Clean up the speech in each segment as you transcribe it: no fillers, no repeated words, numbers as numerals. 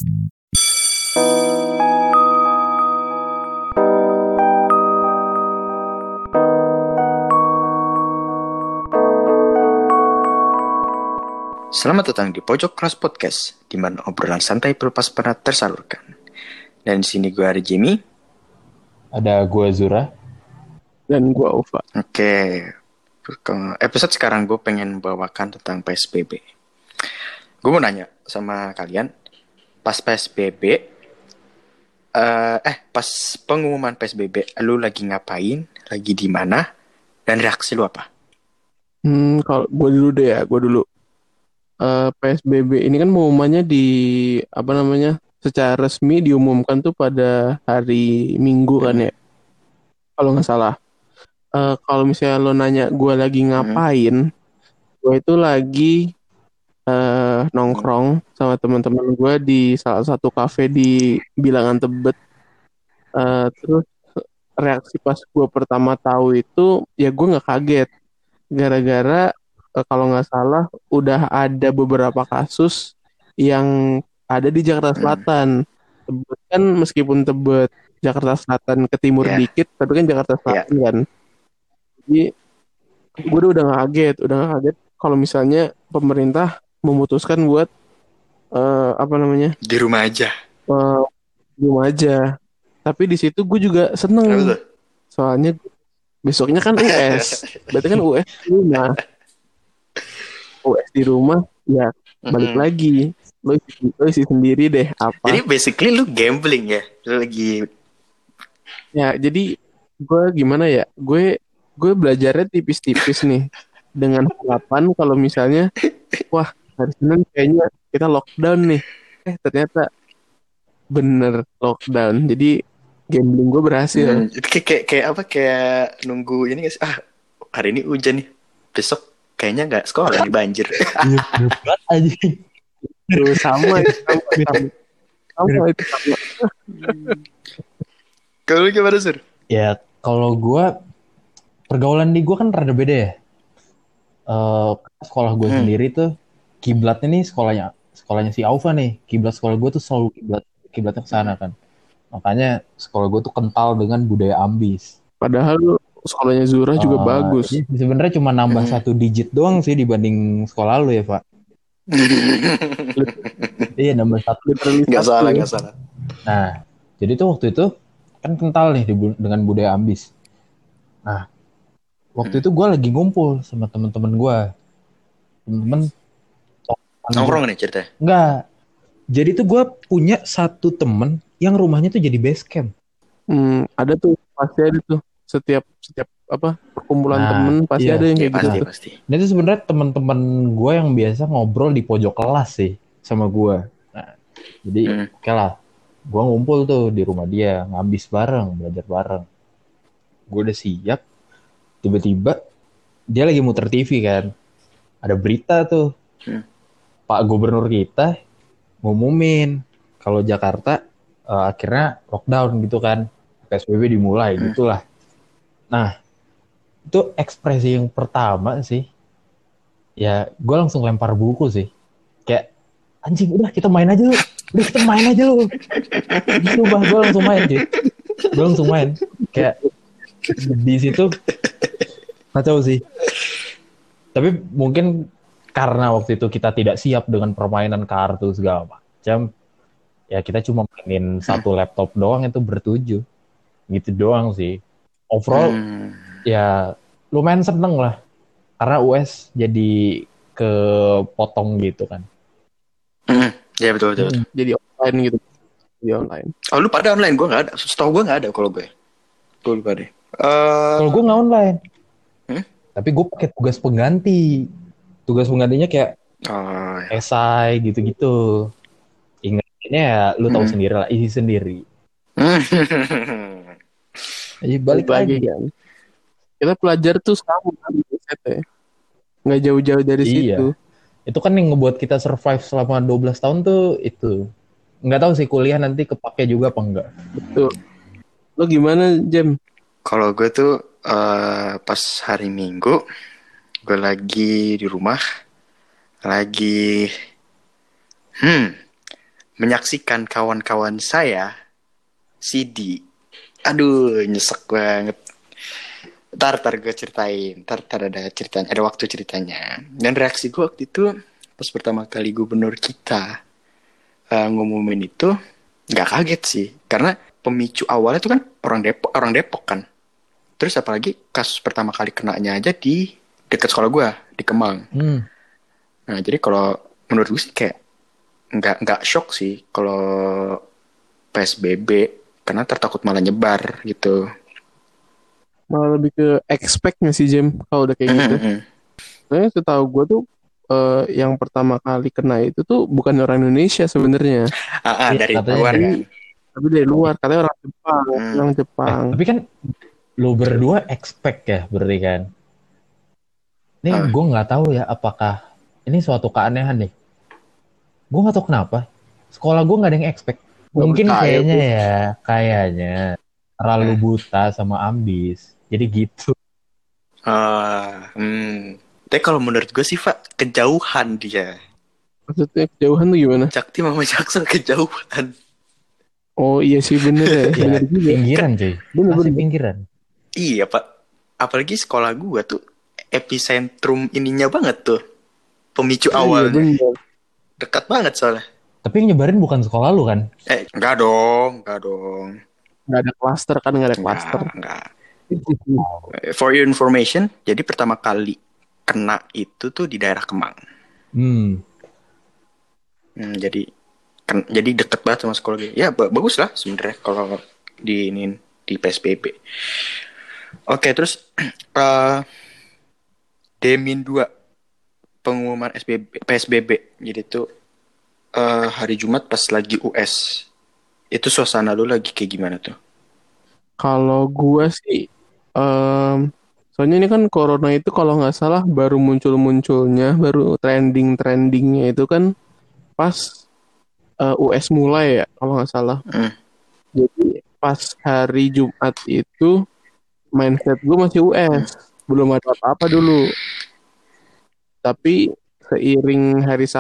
Selamat datang di Pojok Kelas Podcast, di mana obrolan santai pelepas penat tersalurkan. Dan di sini gue ada Jimmy. Ada gue Zura. Dan gue Ufa. Oke, episode sekarang gue pengen bawakan tentang PSBB. Gue mau nanya sama kalian, pas PSBB, pas pengumuman PSBB, lu lagi ngapain, lagi di mana, dan reaksi lu apa? Kalau gue dulu deh ya, gue dulu. PSBB ini kan pengumumannya secara resmi diumumkan tuh pada hari Minggu kan ya, kalau nggak salah. Kalau misalnya lo nanya gue lagi ngapain, gue itu lagi nongkrong sama teman-teman gue di salah satu kafe di Bilangan Tebet. Terus reaksi pas gue pertama tahu itu, ya gue nggak kaget, gara-gara kalau nggak salah udah ada beberapa kasus yang ada di Jakarta Selatan. Tebet kan, meskipun Tebet Jakarta Selatan ke timur dikit, tapi kan Jakarta Selatan kan. Jadi gue udah nggak kaget kalau misalnya pemerintah memutuskan buat di rumah aja. Di rumah aja. Tapi di situ gue juga seneng, soalnya besoknya kan US, berarti kan US di rumah. US di rumah, ya balik lagi. Lo isi sendiri deh apa. Jadi basically lu gambling ya, lu lagi. Ya jadi gue gimana ya, gue belajarnya tipis-tipis nih, dengan harapan kalau misalnya, wah hari Senin kayaknya kita lockdown nih. Ternyata bener lockdown. Jadi gambling gue berhasil. Itu kayak nunggu ini guys. Hari ini hujan nih, besok kayaknya nggak sekolah nih, banjir. Iya, berat aja. Sama. Kalau lu gimana, Sur? Ya, kalau gue, pergaulan di gue kan rada beda ya. Sekolah gue sendiri tuh, kiblatnya nih sekolahnya si Aufa nih. Kiblat sekolah gue tuh selalu kiblatnya ke sana kan. Makanya sekolah gue tuh kental dengan budaya ambis. Padahal sekolahnya Zura juga bagus. Sebenarnya cuma nambah 1 digit doang sih dibanding sekolah lu ya, Pak. Iya, nambah 1. Nggak salah. Nah, jadi tuh waktu itu kan kental nih dengan budaya ambis. Nah, waktu itu gue lagi ngumpul sama teman-teman gue. Temen nongkrong nih ceritanya? Enggak. Jadi tuh gue punya satu temen yang rumahnya tuh jadi base camp. Ada tuh, pasti ada tuh. Setiap perkumpulan temen pasti ada yang kayak gitu. Pasti. Nah itu sebenarnya teman-teman gue yang biasa ngobrol di pojok kelas sih sama gue. Nah, jadi oke lah, gue ngumpul tuh di rumah dia, ngabis bareng, belajar bareng. Gue udah siap, tiba-tiba dia lagi muter TV kan. Ada berita tuh, Pak Gubernur kita ngumumin kalau Jakarta akhirnya lockdown gitu kan, PSBB dimulai gitulah. Nah, itu ekspresi yang pertama sih, ya gue langsung lempar buku sih, kayak anjing udah kita main aja lu, gitu bah, gue langsung main kayak di situ kacau sih. Tapi mungkin karena waktu itu kita tidak siap dengan permainan kartu segala macam, ya kita cuma mainin 1 laptop doang, itu bertujuh gitu doang sih. Overall ya lumayan seneng lah, karena US jadi kepotong gitu kan. Ya betul. Jadi online gitu. Jadi online. Oh, lu pada online? Gue nggak ada. Setahu gue nggak ada kalau gue. Gue lupa deh. Kalau gue nggak online. Tapi gue pakai tugas pengganti. Tugas penggantinya kayak esai gitu-gitu. Ingatnya ya lu tahu sendiri lah, isi sendiri. Jadi balik lagi kan. Kita pelajar tuh sama kan di ST. Nggak jauh-jauh dari situ. Itu kan yang ngebuat kita survive selama 12 tahun tuh itu. Nggak tahu sih kuliah nanti kepake juga apa enggak. Betul. Lo gimana, Jem? Kalau gue tuh pas hari Minggu, gue lagi di rumah, lagi menyaksikan kawan-kawan saya CD. Aduh, nyesek banget. Ntar gue ceritain. Ntar ada ceritanya, ada waktu ceritanya. Dan reaksi gue waktu itu pas pertama kali gubernur kita ngumumin itu nggak kaget sih, karena pemicu awalnya itu kan orang Depok kan. Terus apalagi kasus pertama kali kenanya aja di dekat sekolah gue di Kemang. Nah jadi kalau menurut gue sih kayak nggak shock sih kalau PSBB, karena tertakut malah nyebar gitu. Malah lebih ke expect nggak sih Jem kalau udah kayak gitu. Soalnya setahu gue tuh yang pertama kali kena itu tuh bukan orang Indonesia sebenarnya. Dari luar kan. Tapi dari luar, katanya orang Jepang. Orang Jepang. Tapi kan lo berdua expect ya berarti kan. Nih gue nggak tahu ya apakah ini suatu keanehan nih. Gue nggak tahu kenapa. Sekolah gue nggak ada yang expect. Mungkin kayaknya terlalu buta sama ambis. Jadi gitu. Tapi kalau menurut gue sih Pak, kejauhan dia. Maksudnya kejauhan tuh gimana? Jakti sama Jackson kejauhan. Oh iya sih bener ya. Bener juga. Pinggiran cuy. Masih pinggiran. Iya Pak. Apalagi sekolah gue tuh epicentrum ininya banget tuh. Pemicu awalnya. Iya, dekat banget soalnya. Tapi yang nyebarin bukan sekolah lu kan? Enggak dong. Nggak ada klaster kan, nggak ada klaster. Enggak. For your information, jadi pertama kali kena itu tuh di daerah Kemang. Jadi deket banget sama sekolah gue. Ya bagus lah sebenarnya kalau di PSBB. Oke, terus D-2 pengumuman PSBB. Jadi tuh hari Jumat pas lagi US. Itu suasana lu lagi kayak gimana tuh? Kalau gue sih soalnya ini kan corona itu kalau nggak salah baru munculnya, baru trendingnya itu kan pas US mulai ya kalau nggak salah. Jadi pas hari Jumat itu mindset gue masih US, belum ada apa-apa dulu. Tapi seiring hari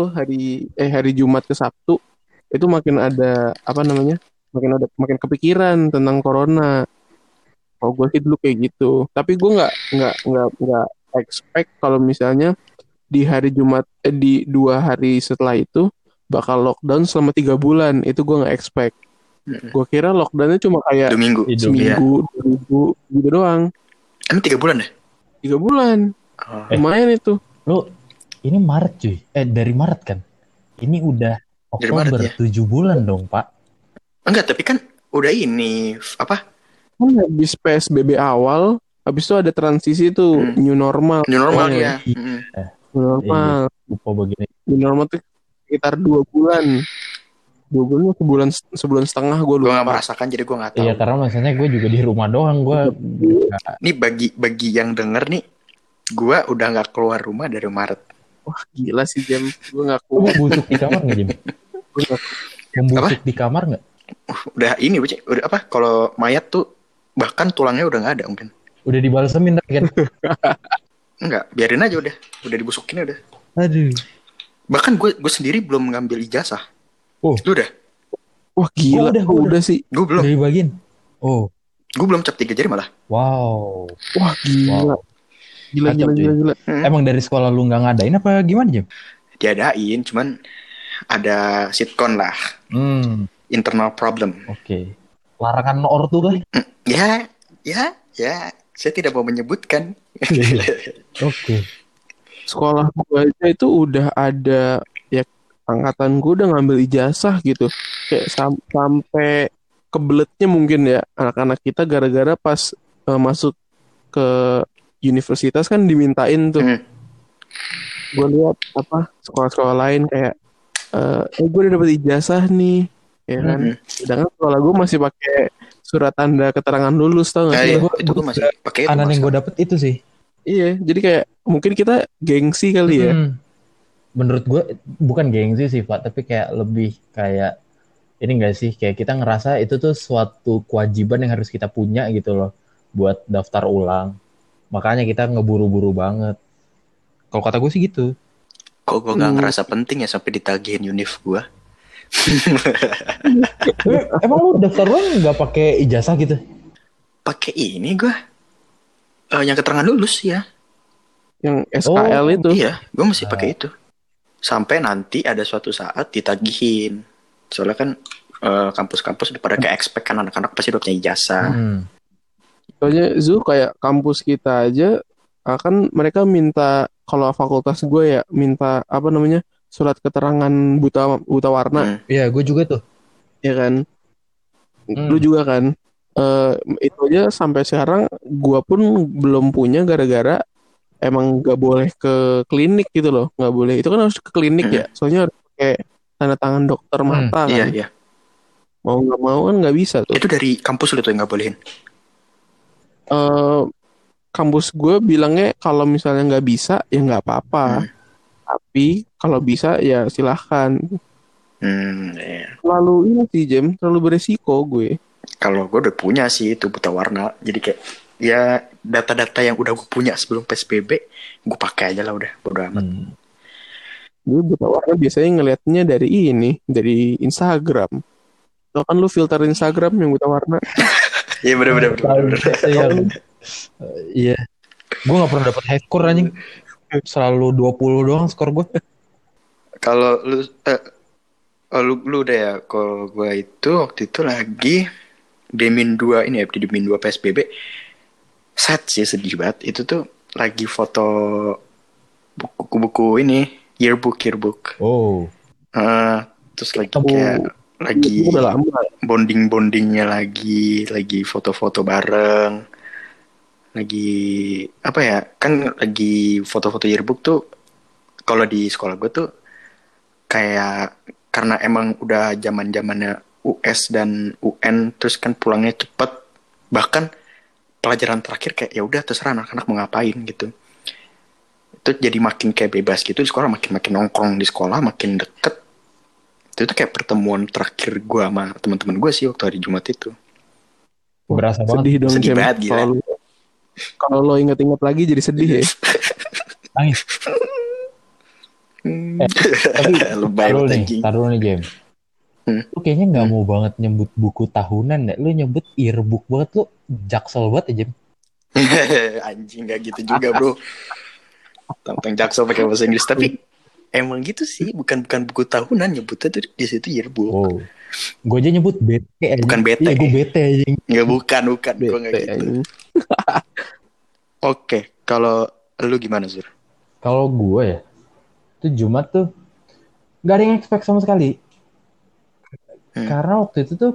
Jumat ke Sabtu itu makin ada makin kepikiran tentang corona. Oh gue sih dulu kayak gitu, tapi gue nggak expect kalau misalnya di hari Jumat di 2 hari setelah itu bakal lockdown selama 3 bulan. Itu gue nggak expect. Gue kira lockdownnya cuma kayak seminggu 2 minggu gitu doang. Emang 3 bulan ya? 3 bulan lumayan itu. Lo ini Maret cuy, dari Maret kan? Ini udah Oktober, ya? 7 bulan dong Pak. Enggak, tapi kan udah ini apa? Kan habis PSBB awal, habis itu ada transisi tuh new normal. New normal ya. New normal. Lupa begini. New normal tuh sekitar 2 bulan. 2 bulan sebulan setengah gue lupa. Gue gak merasakan jadi gue gak tahu. Iya karena maksudnya gue juga di rumah doang. Ini bagi yang denger nih, gue udah gak keluar rumah dari Maret. Wah gila sih Jam. Gue gak keluar. Busuk di kamar gak Jam? Membusuk di kamar gak? Udah ini udah apa? Kalau mayat tuh bahkan tulangnya udah gak ada mungkin. Udah dibalsemin kan? Enggak, biarin aja udah dibusukin udah. Aduh. Bahkan gue sendiri belum ngambil ijazah. Oh, lu udah? Wah gila, udah sih. Gue belum. Dari bagian. Oh. Gue belum cap 3 jari malah. Wow. Wah gila. Wow. Gila. Emang dari sekolah lu nggak ngadain apa gimana Jam? Diadain, cuman ada sitkon lah. Internal problem. Oke. Larangan ortu kan? Ya. Saya tidak mau menyebutkan. Oke. Sekolah gue aja itu udah ada ya, angkatan gue udah ngambil ijazah gitu. Kayak sampai kebeletnya mungkin ya anak-anak kita gara-gara pas masuk ke universitas kan dimintain tuh. Gue lihat sekolah-sekolah lain kayak gue udah dapet ijazah nih, ya kan. Sedangkan sekolah gue masih pakai surat tanda keterangan lulus, tau gak sih? Itu gue masih pakai. Kanan yang gue dapet itu sih. Iya, jadi kayak mungkin kita gengsi kali ya. Menurut gue bukan gengsi sih Pak, tapi kayak lebih kayak ini gak sih, kayak kita ngerasa itu tuh suatu kewajiban yang harus kita punya gitu loh buat daftar ulang. Makanya kita ngeburu-buru banget. Kalau kata gue sih gitu. Kok gue gak ngerasa penting ya sampai ditagihin univ gue? Emang lu daftar ulang nggak pakai ijazah gitu? Pakai ini gue, yang keterangan lulus ya. Yang SKL itu. Iya, gue masih pakai itu. Sampai nanti ada suatu saat ditagihin. Soalnya kan kampus-kampus udah pada kayak expect kan anak-anak pasti udah punya ijazah. Soalnya kayak kampus kita aja akan mereka minta, kalau fakultas gue ya minta apa namanya, surat keterangan buta warna. Iya, gue juga tuh. Ya kan. Lu juga kan. Itu aja sampai sekarang gue pun belum punya, gara-gara emang nggak boleh ke klinik gitu loh, nggak boleh. Itu kan harus ke klinik ya, soalnya harus pakai tanda tangan dokter mata kan. Iya. Mau nggak mau kan nggak bisa tuh. Itu dari kampus lu tuh yang nggak bolehin? Kampus gue bilangnya kalau misalnya nggak bisa ya nggak apa-apa, tapi kalau bisa ya silahkan. Iya. Terlalu ini sih Jem, terlalu beresiko gue. Kalau gue udah punya sih itu buta warna, jadi kayak ya data-data yang udah gue punya sebelum PSBB gue pakai aja lah, udah bodo amat. Gue buta warna biasanya ngelihatnya dari dari Instagram. Lo kan lu filter Instagram yang buta warna. Iya bener. Iya. Gue gak pernah dapet high score anjing. Selalu 20 doang skor gue. Kalau lu udah ya. Kalau gue itu waktu itu lagi D-2 ini ya, di D-2 PSBB. Sad sih, sedih banget. Itu tuh lagi foto buku-buku ini, yearbook. Oh. Terus lagi bondingnya lagi foto-foto bareng, lagi apa ya, kan lagi foto-foto yearbook tuh. Kalau di sekolah gue tuh kayak karena emang udah zamannya US dan UN, terus kan pulangnya cepet, bahkan pelajaran terakhir kayak ya udah terserah anak-anak mau ngapain gitu. Itu jadi makin kayak bebas gitu di sekolah, makin nongkrong di sekolah, makin deket. Itu kayak pertemuan terakhir gue sama teman-teman gue sih waktu hari Jumat itu. Berasa banget. Sedih dong, sedih banget gila. Kalau lo inget-inget lagi jadi sedih ya. Nangis. Tapi taruh nih James. Lu kayaknya nggak mau banget nyebut buku tahunan ya. Lu nyebut yearbook banget, lu jaksel banget ya James. Anjing, nggak gitu juga bro. Tentang jaksel pakai bahasa Inggris, tapi emang gitu sih, bukan buku tahunan, nyebutnya tuh di situ yearbook. Oh. Gue aja nyebut bete aja. Bukan bete. Iya, gue bete aja. Nggak, bukan. Gue nggak gitu. Oke, kalau lu gimana Zur? Kalau gue ya, itu Jumat tuh nggak ada yang expect sama sekali. Karena waktu itu tuh,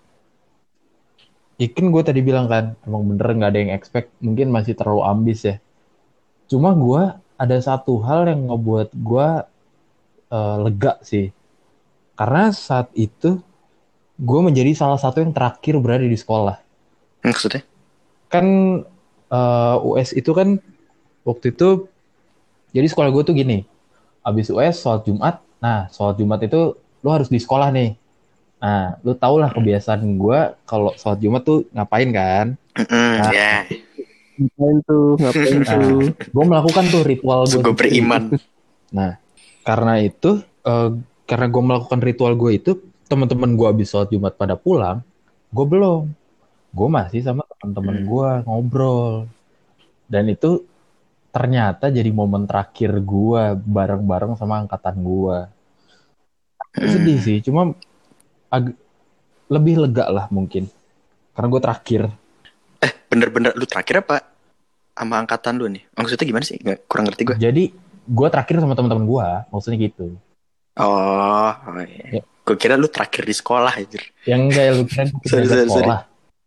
Ikin gue tadi bilang kan, emang bener nggak ada yang expect, mungkin masih terlalu ambis ya. Cuma gue ada satu hal yang ngebuat gue lega sih. Karena saat itu gue menjadi salah satu yang terakhir berada di sekolah. Maksudnya? Kan US itu kan waktu itu, jadi sekolah gue tuh gini, abis US sholat Jumat, nah sholat Jumat itu lo harus di sekolah nih. Nah, lu tau lah kebiasaan gue kalau sholat Jumat tuh ngapain kan? Ngapain tuh? Gue melakukan tuh ritual gue. Gue beriman. Nah, karena itu, karena gue melakukan ritual gue itu, teman-teman gue abis sholat Jumat pada pulang, gue belum. Gue masih sama teman-teman gue ngobrol. Dan itu ternyata jadi momen terakhir gue bareng-bareng sama angkatan gue. Sedih sih, cuma lebih lega lah mungkin. Karena gue terakhir. Bener-bener lu terakhir apa sama angkatan lu nih? Maksudnya gimana sih? Nggak, kurang ngerti gue. Jadi gue terakhir sama teman-teman gue, maksudnya gitu. Oh iya. Gue kira lu terakhir di sekolah aja. Yang enggak ya, lu kira di sekolah.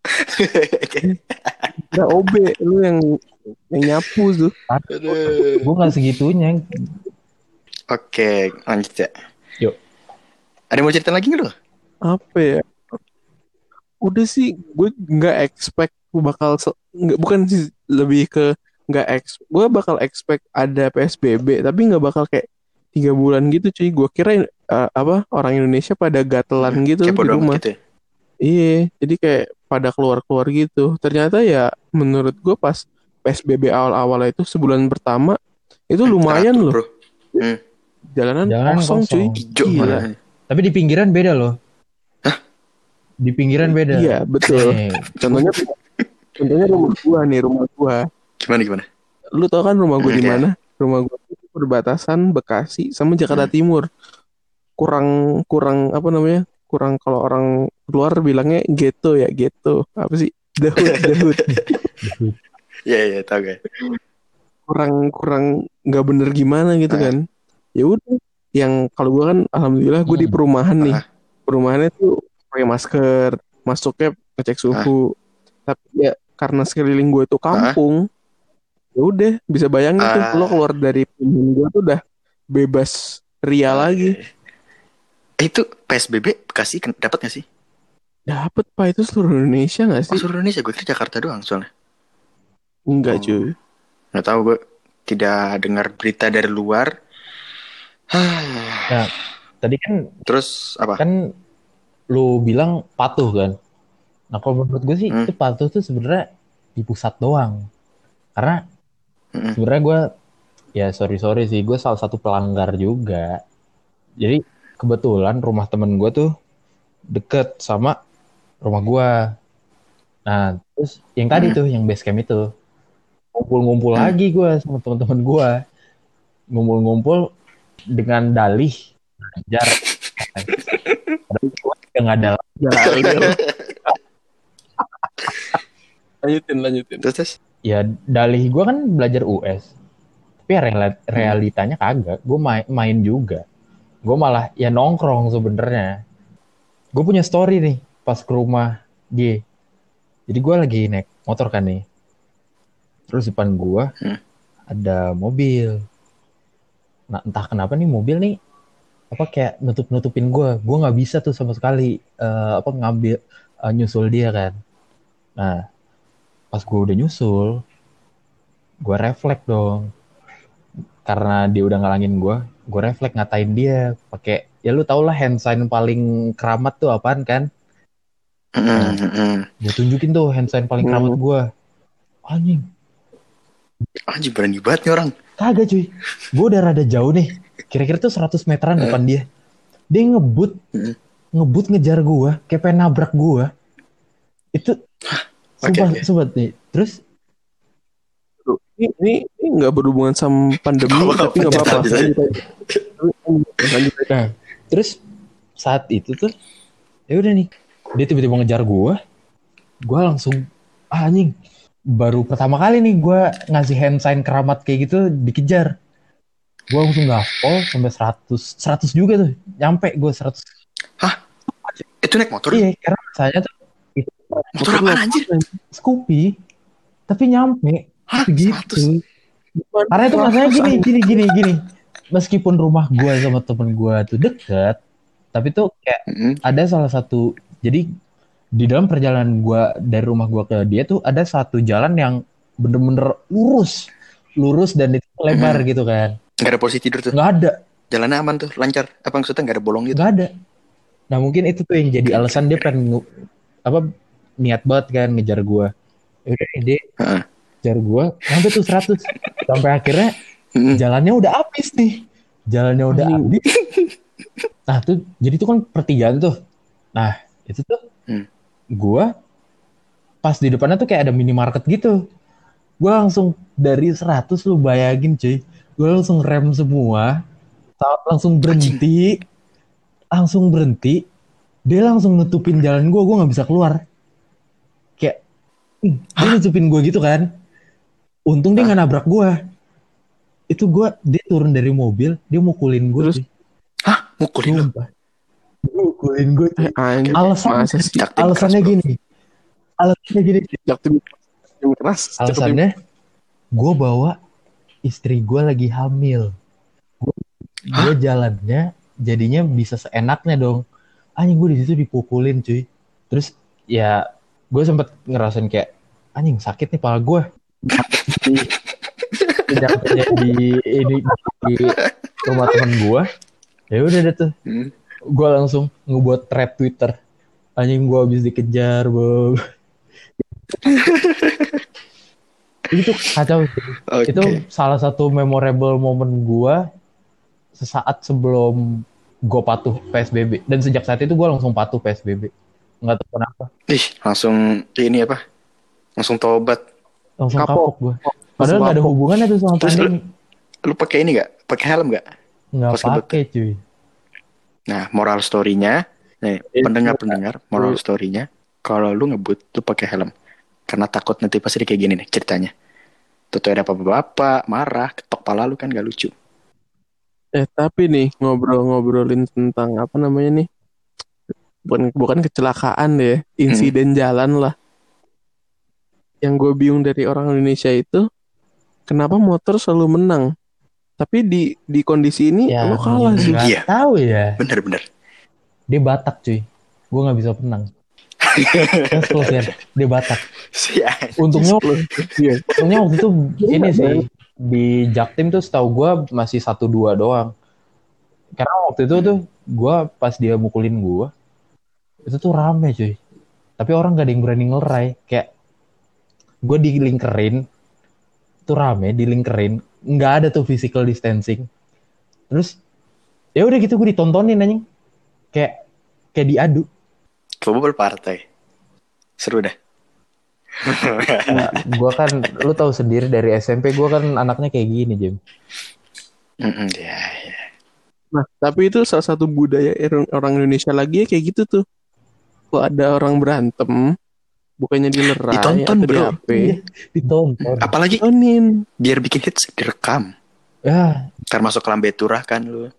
Udah OB lu yang nyapu tuh. Gue nggak segitunya. Oke, lanjut ya. Yuk. Ada mau cerita lagi nggak lu? Apa ya? Udah sih, gue nggak expect gue bakal bukan sih, lebih ke gue bakal expect ada PSBB, tapi nggak bakal kayak 3 bulan gitu cuy. Gue kira orang Indonesia pada gatelan gitu di rumah. Gitu ya? Iya, jadi kayak pada keluar gitu. Ternyata ya menurut gue pas PSBB awal-awal itu sebulan pertama itu lumayan loh. Jalanan kosong cuy. Hijau. Tapi di pinggiran beda loh. Di pinggiran beda. Iya, betul. Nih, Contohnya rumah gua. Gimana? Lu tau kan rumah gua di Oke. mana? Rumah gua itu perbatasan Bekasi sama Jakarta Timur. Kurang apa namanya? Kurang kalau orang luar bilangnya ghetto ya, ghetto. Apa sih? Dahut. Iya, tahu gak? Kurang nggak bener gimana gitu kan. Ya udah, yang kalau gua kan alhamdulillah gua di perumahan nih. Perumahannya tuh pakai masker, masuknya ngecek suhu. Tapi ya karena sekeliling gue itu kampung, ya udah bisa bayangin tuh lo keluar dari perumahan gue tuh udah bebas ria lagi. Itu PSBB Bekasi dapat nggak sih? Dapat Pak, itu seluruh Indonesia nggak sih? Seluruh Indonesia, gue kira Jakarta doang soalnya. Enggak cuy. Nggak tahu, gue tidak dengar berita dari luar. Nah, tadi kan terus apa? Kan lu bilang patuh kan. Nah kalau menurut gue sih itu patuh tuh sebenarnya di pusat doang. Karena sebenarnya gue ya sorry sih, gue salah satu pelanggar juga. Jadi kebetulan rumah temen gue tuh deket sama rumah gue. Nah terus yang tadi tuh yang base camp itu ngumpul lagi gue sama teman-teman gue, ngumpul dengan dalih belajar. Padahal gue nggak ada. Lanjutin. Terus? Ya dalih gue kan belajar US. Tapi ya realitanya kagak. Gue main juga. Gue malah ya nongkrong sebenarnya. Gue punya story nih pas ke rumah G. Jadi gue lagi naik motor kan nih. Terus depan gue ada mobil. Nah entah kenapa nih mobil nih apa kayak nutupin gue nggak bisa tuh sama sekali ngambil nyusul dia kan. Nah pas gue udah nyusul, gue refleks dong karena dia udah ngalangin gue refleks ngatain dia pakai ya lu tau lah hand sign paling keramat tuh apaan kan. Nah, gue tunjukin tuh hand sign paling keramat gue. Anjing berani banget nih orang. Kagak cuy, gue udah rada jauh nih, kira-kira tuh 100 meteran depan dia ngebut ngejar gue kayak pengen nabrak gue. Itu sumpah nih. Terus ini nggak berhubungan sama pandemi tapi nggak apa-apa. Nah, terus saat itu tuh ya udah nih dia tiba-tiba ngejar gue langsung anjing, baru pertama kali nih gue ngasih hand sign keramat kayak gitu dikejar. Gue langsung gaspol sampai 100 juga tuh, nyampe gue 100. Hah? Itu naik motor? Iya, karena saya tuh motor apaan anjir? Scoopy, tapi nyampe. Hah? Gitu. Karena itu masalahnya gini. Meskipun rumah gue sama temen gue tuh deket, tapi tuh kayak ada salah satu, jadi di dalam perjalanan gue dari rumah gue ke dia tuh ada satu jalan yang bener-bener lurus dan itu lebar gitu kan. Nggak ada posisi tidur tuh? Nggak ada. Jalannya aman tuh, lancar. Apa maksudnya nggak ada bolong gitu? Nggak ada. Nah mungkin itu tuh yang jadi alasan dia pengen niat banget kan ngejar gue. Dia ngejar gue sampai tuh 100. Sampai akhirnya jalannya udah habis nih. Habis. Nah tuh jadi tuh kan pertigaan tuh. Nah itu tuh gue pas di depannya tuh kayak ada minimarket gitu. Gue langsung dari 100 lu bayangin cuy. Gue langsung rem semua. Langsung berhenti. Dia langsung nutupin jalan gue gak bisa keluar. Kayak dia nutupin gue gitu kan. Untung dia gak nabrak gue. Itu dia turun dari mobil, dia mukulin gue. Terus, mukulin lu? Mukulin gue. Alasannya gini. Alasannya gue bawa istri gue lagi hamil. Gue jalannya jadinya bisa seenaknya dong. Anjing gue di situ dipukulin cuy. Terus ya gue sempet ngerasain kayak anjing sakit nih pala gue. di rumah temen gue. Ya udah deh tuh. Gue langsung ngebuat thread Twitter. Anjing gue habis dikejar, Bang. Itu kacau. Itu salah satu memorable moment gue sesaat sebelum gue patuh PSBB. Dan sejak saat itu gue langsung patuh PSBB. Nggak tahu kenapa. Langsung ini apa? Langsung tobat. Langsung kapok gue. Langsung Padahal nggak ada kapok. hubungannya tuh sama Terus pandemi. lu pakai ini nggak? Pakai helm nggak? Nggak Pas ngebut. pakai cuy. Nah, moral story-nya, pendengar moral story-nya, kalau lu ngebut, lu pakai helm. Karena takut nanti pasti kayak gini nih ceritanya. Tuh ada bapak-bapak marah, ketok pala lu kan gak lucu. Tapi nih ngobrolin tentang apa namanya nih? Bukan kecelakaan deh, insiden jalan lah. Yang gue bingung dari orang Indonesia itu, kenapa motor selalu menang? Tapi di kondisi ini Ya, lo kalah sih. Nggak tahu ya. Bener. Dia Batak cuy. Gue nggak bisa menang. Close ya. Dia Batak. Untungnya waktu itu ini sih di Jaktim tuh setahu gue masih 1-2 doang. Karena waktu itu tuh gue pas dia mukulin gue itu tuh rame cuy. Tapi orang gak ada yang berani ngelerai. Kayak gue dilingkerin tuh rame, dilingkerin nggak ada tuh physical distancing. Terus ya udah gitu gue ditontonin anjing. Kayak diadu. Football partai. Seru dah. Gue kan, lu tahu sendiri dari SMP gue kan anaknya kayak gini, Jim. Ya. Nah, tapi itu salah satu budaya orang Indonesia lagi ya kayak gitu tuh. Kalau ada orang berantem, bukannya dilerai ditonton atau bro. Ditonton. Apalagi biar bikin hits direkam. Ya. Ntar masuk ke lambe turah kan lu.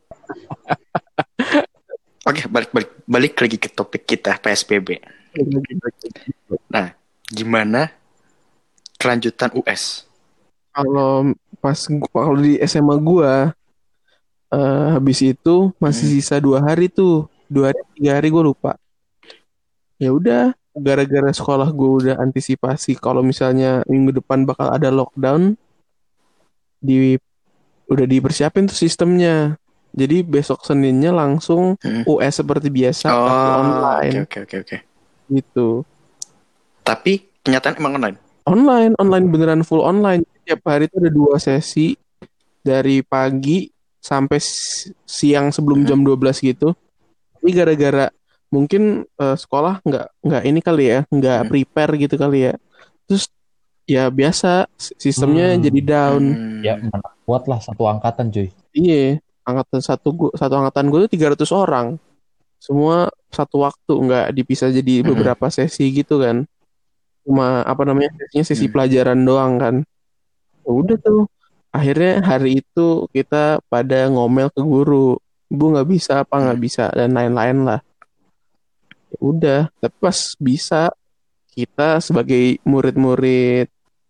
Oke, balik lagi ke topik kita PSBB. Nah, gimana kelanjutan US? Kalau di SMA gua habis itu masih sisa 2 hari tuh, 2 hari 3 hari gue lupa. Ya udah, gara-gara sekolah gue udah antisipasi kalau misalnya minggu depan bakal ada lockdown, udah dipersiapin tuh sistemnya. Jadi besok Seninnya langsung US seperti biasa tapi online. Oke. Gitu. Tapi kenyataan emang online? Online beneran full online. Tiap hari itu ada 2 sesi dari pagi sampai siang sebelum jam 12 gitu. Tapi gara-gara mungkin sekolah nggak ini kali ya, nggak prepare gitu kali ya. Terus ya biasa sistemnya jadi down. Ya mana kuat lah satu angkatan cuy. Iya, satu angkatan gue tuh 300 orang. Semua satu waktu, nggak dipisah jadi beberapa sesi gitu kan. Cuma sesinya sesi pelajaran doang kan. Udah tuh. Akhirnya hari itu kita pada ngomel ke guru. Bu nggak bisa dan lain-lain lah. Ya udah, tapi pas bisa kita sebagai murid-murid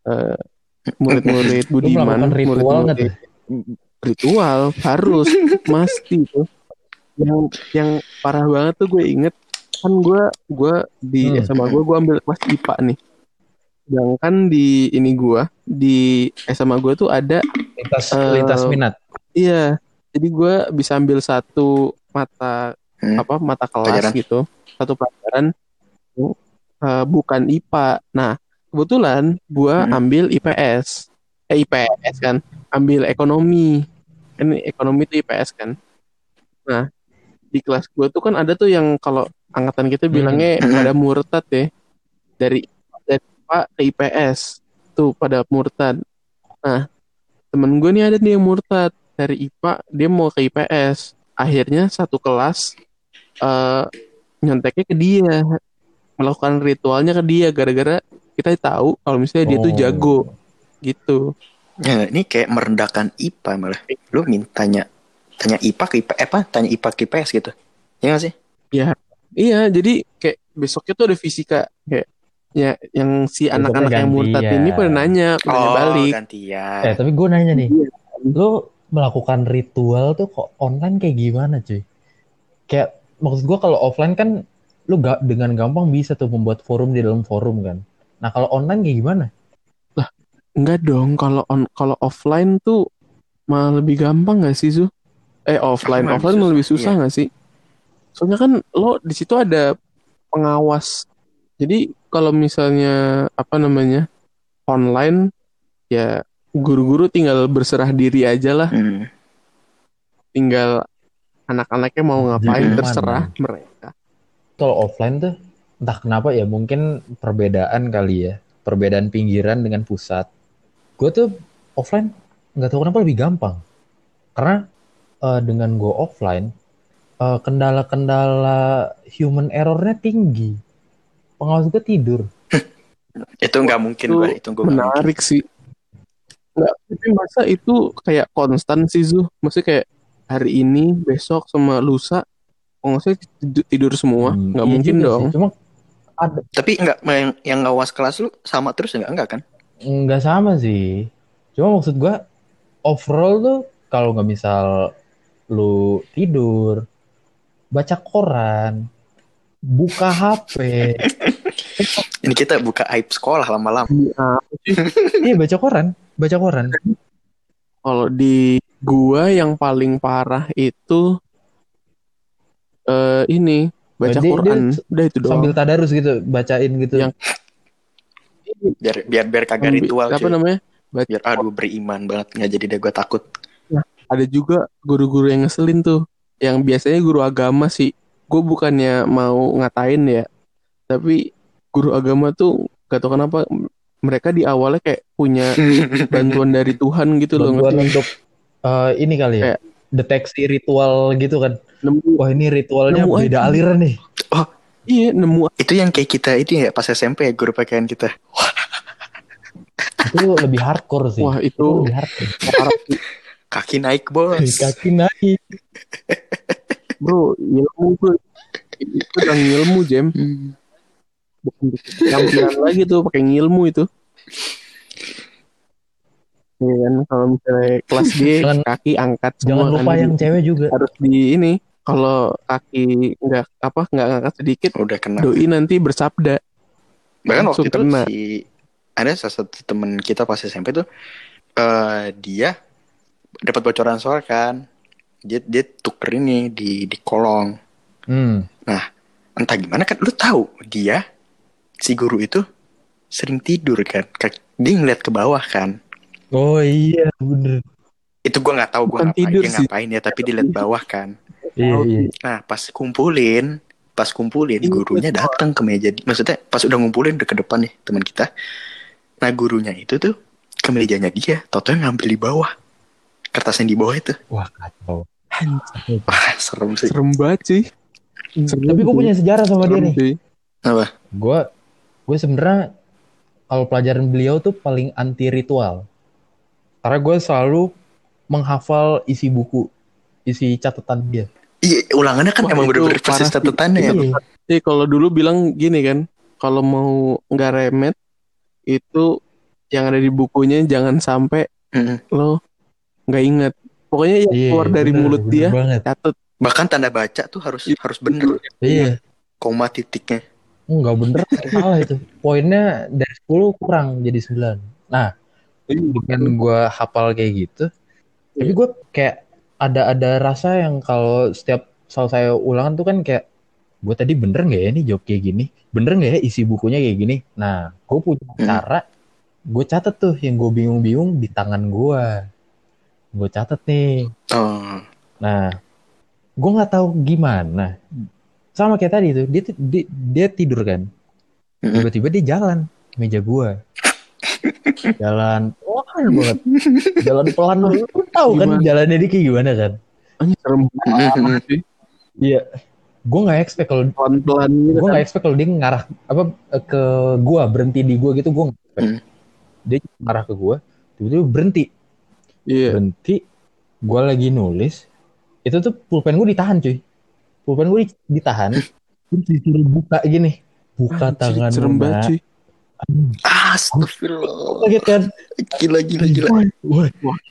budiman, murid-murid ritual harus mesti tuh. Yang parah banget tuh gue inget kan gue di SMA gue ambil kelas IPA nih. Sedangkan di SMA gue tuh ada lintas minat. Iya, jadi gue bisa ambil satu mata kelas gitu, satu pelajaran bukan IPA. Nah, kebetulan gue ambil IPS kan, ambil ekonomi. Ini ekonomi itu IPS kan. Nah, di kelas gue tuh kan ada tuh yang kalau angkatan kita bilangnya pada murtad ya, dari IPA ke IPS tuh pada murtad. Nah, temen gue nih ada nih yang murtad dari IPA, dia mau ke IPS. Akhirnya satu kelas nyonteknya ke dia, melakukan ritualnya ke dia gara-gara kita tahu kalau misalnya dia tuh jago gitu. Ya, ini kayak merendahkan IPA malah. Lu tanya IPA ke IPA tanya IPA ke IPS gitu. Ya nggak sih? Ya, iya. Jadi kayak besoknya tuh ada fisika kayak ya yang si anak-anak yang murtad ini pada nanya balik. Gantian. Tapi gue nanya nih, lu melakukan ritual tuh kok online kayak gimana cuy? Kayak maksud gue kalau offline kan lu dengan gampang bisa tuh membuat forum di dalam forum kan. Nah kalau online kayak gimana? Lah, enggak dong. Kalau offline tuh malah lebih gampang nggak sih Zu? Offline malah lebih susah nggak sih? Soalnya kan lo di situ ada pengawas. Jadi kalau misalnya online ya guru-guru tinggal berserah diri aja lah. Tinggal anak-anaknya mau ngapain terserah mereka. Kalau offline tuh entah kenapa ya, mungkin perbedaan kali ya, perbedaan pinggiran dengan pusat. Gue tuh offline nggak tahu kenapa lebih gampang, karena dengan gue offline kendala-kendala human errornya tinggi. Pengawas gue tidur. Itu nggak mungkin gue, itu gue menarik sih. Nggak, tapi masa itu kayak konstan sih Zuh? Maksudnya kayak hari ini, besok sama lusa, pengawasnya tidur semua? Nggak iya mungkin dong. Sih. Cuma ada. Tapi yang ngawas kelas lu sama terus enggak kan? Nggak sama sih. Cuma maksud gue overall tuh kalau nggak misal lu tidur, baca koran, buka HP. Ini kita buka aib sekolah lama-lama. Iya, baca koran. Kalau di gua yang paling parah itu ini baca Quran. Udah itu doang. Sambil tadarus gitu, bacain gitu. Yang biar kagak ritual. Apa namanya? Biar beriman banget, nggak jadi deh gue takut. Nah, ada juga guru-guru yang ngeselin tuh, yang biasanya guru agama sih. Gue bukannya mau ngatain ya, tapi guru agama tuh gak tau kenapa mereka di awalnya kayak punya bantuan dari Tuhan gitu loh. Bantuan untuk ini kali ya, kayak deteksi ritual gitu kan. Wah, ini ritualnya beda aliran nih. Oh iya, nemu. Itu yang kayak kita itu ya pas SMP ya, guru pakaian kita. Itu lebih hardcore sih. Wah, itu lebih hardcore. Kaki naik bos. Kaki naik. Bro, ilmu bro. Itu udah ngilmu Jem. Bukan tampilan lagi tuh, pakai ngilmu itu. Iya kan, kalau misalnya kelas G kaki angkat semua. Jangan lupa yang cewek juga. Harus di ini. Kalau kaki nggak ngangkat sedikit, udah kena. Doi nanti bersabda. Bahkan waktu itu kena. Ada salah satu temen kita pas SMP tuh, dia dapat bocoran soal kan, dia tuker ini di kolong. Nah, entah gimana kan, lu tahu dia si guru itu sering tidur kan, dia ngeliat ke bawah kan. Oh iya bener. Itu gue nggak tahu gue ngapain ya, tapi dilihat bawah kan. Iya. Nah pas kumpulin gurunya datang ke meja, maksudnya pas udah ngumpulin udah ke depan nih teman kita. Nah gurunya itu tuh ke mejanya dia, tau-tau ngambil di bawah kertas yang di bawah itu. Wah kacau. Wah serem sih. Serem banget sih. Tapi gue punya sejarah sama dia nih. Apa? Gue sebenarnya kalau pelajaran beliau tuh paling anti ritual. Karena gue selalu menghafal isi buku, isi catatan dia. Iya, ulangannya kan emang bener-bener persis catatannya ya. Jadi kalau dulu bilang gini kan, kalau mau nggak remet itu yang ada di bukunya jangan sampai lo nggak inget. Pokoknya yang keluar dari mulut dia catat. Bahkan tanda baca tuh harus bener. Iya. Koma titiknya. Enggak bener, salah itu. Poinnya dari 10 kurang jadi 9. Nah, bukan gue hafal kayak gitu, tapi gue kayak ada rasa yang kalau setiap saya ulangan tuh kan kayak, gue tadi bener nggak ya nih jawab kayak gini, bener nggak ya isi bukunya kayak gini. Nah, gue punya cara, gue catet tuh yang gue bingung-bingung di tangan gue catet nih. Nah, gue nggak tahu gimana, sama kayak tadi tuh, dia tidur kan, tiba-tiba dia jalan meja gue. Jalan pelan banget, jalan pelan. Lu tahu kan jalannya dia kayak gimana kan? Serem banget sih. Iya, gue nggak expect kalau pelan-pelan gitu. Gue nggak expect kalau dia ngarah ke gue, berhenti di gue gitu. Gue nggak expect. Dia ngarah ke gue, tiba-tiba berhenti. Berhenti. Gue lagi nulis, itu tuh pulpen gue ditahan cuy. Pulpen gue ditahan, terus disuruh buka gini, buka tangan. Serem banget cuy. Astagfirullah. Kaget kan? Gila. Wah.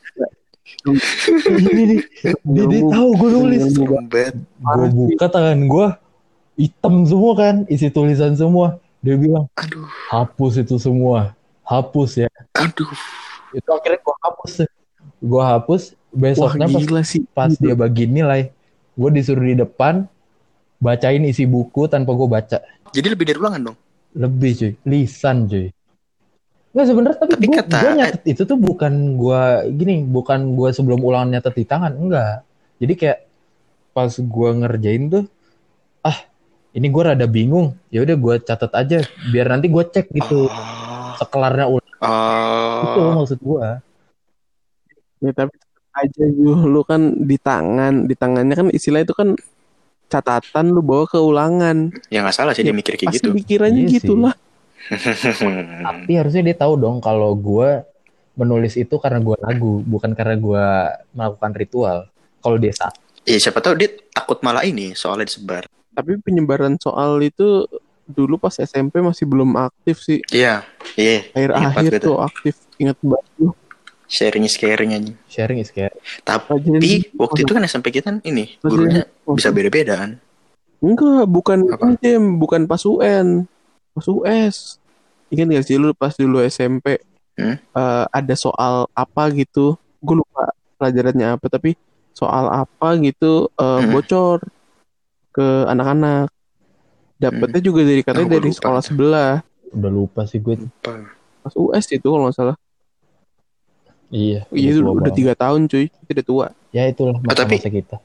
Ini dia tahu gue nulis. Gue buka tangan gue, hitam semua kan, isi tulisan semua. Dia bilang, aduh, hapus itu semua, hapus ya. Aduh. Itu akhirnya gue hapus. Besoknya pas dia bagi nilai, gue disuruh di depan bacain isi buku tanpa gue baca. Jadi lebih dari ulangan dong? Lebih cuy, lisan cuy. Nggak sebenarnya, tapi gue nyatet itu tuh bukan gue sebelum ulangan nyatet di tangan, enggak. Jadi kayak pas gue ngerjain tuh, ini gue rada bingung. Ya udah gue catat aja, biar nanti gue cek gitu. Sekelarnya ulang. Itu maksud gue. Ya tapi tetep aja lu kan di tangannya kan istilah itu kan catatan lu bawa ke ulangan. Ya nggak salah sih dia mikir kayak pasti gitu. pikirannya Iya sih. gitulah. Tapi harusnya dia tahu dong kalau gue menulis itu karena gue ragu, bukan karena gue melakukan ritual. Kalau dia salah. Iya siapa tahu dia takut malah ini soalnya disebar. Tapi penyebaran soal itu dulu pas SMP masih belum aktif sih. Iya. Akhir-akhir tuh aktif. Ingat banget. Sharing aja. Sharing is caring. Tapi waktu itu kan SMP kita kan ini gurunya bisa beda-beda kan. Enggak, bukan bukan pas UN, pas US. Ingat gak sih lu pas dulu SMP ada soal apa gitu, gue lupa pelajarannya apa, tapi soal apa gitu bocor ke anak-anak. Dapetnya juga katanya dari sekolah sebelah. Udah lupa sih gue. Pas US itu kalau nggak salah. Iya. Iya udah 3 tahun cuy, itu udah tua. Ya itulah masa-masa kita.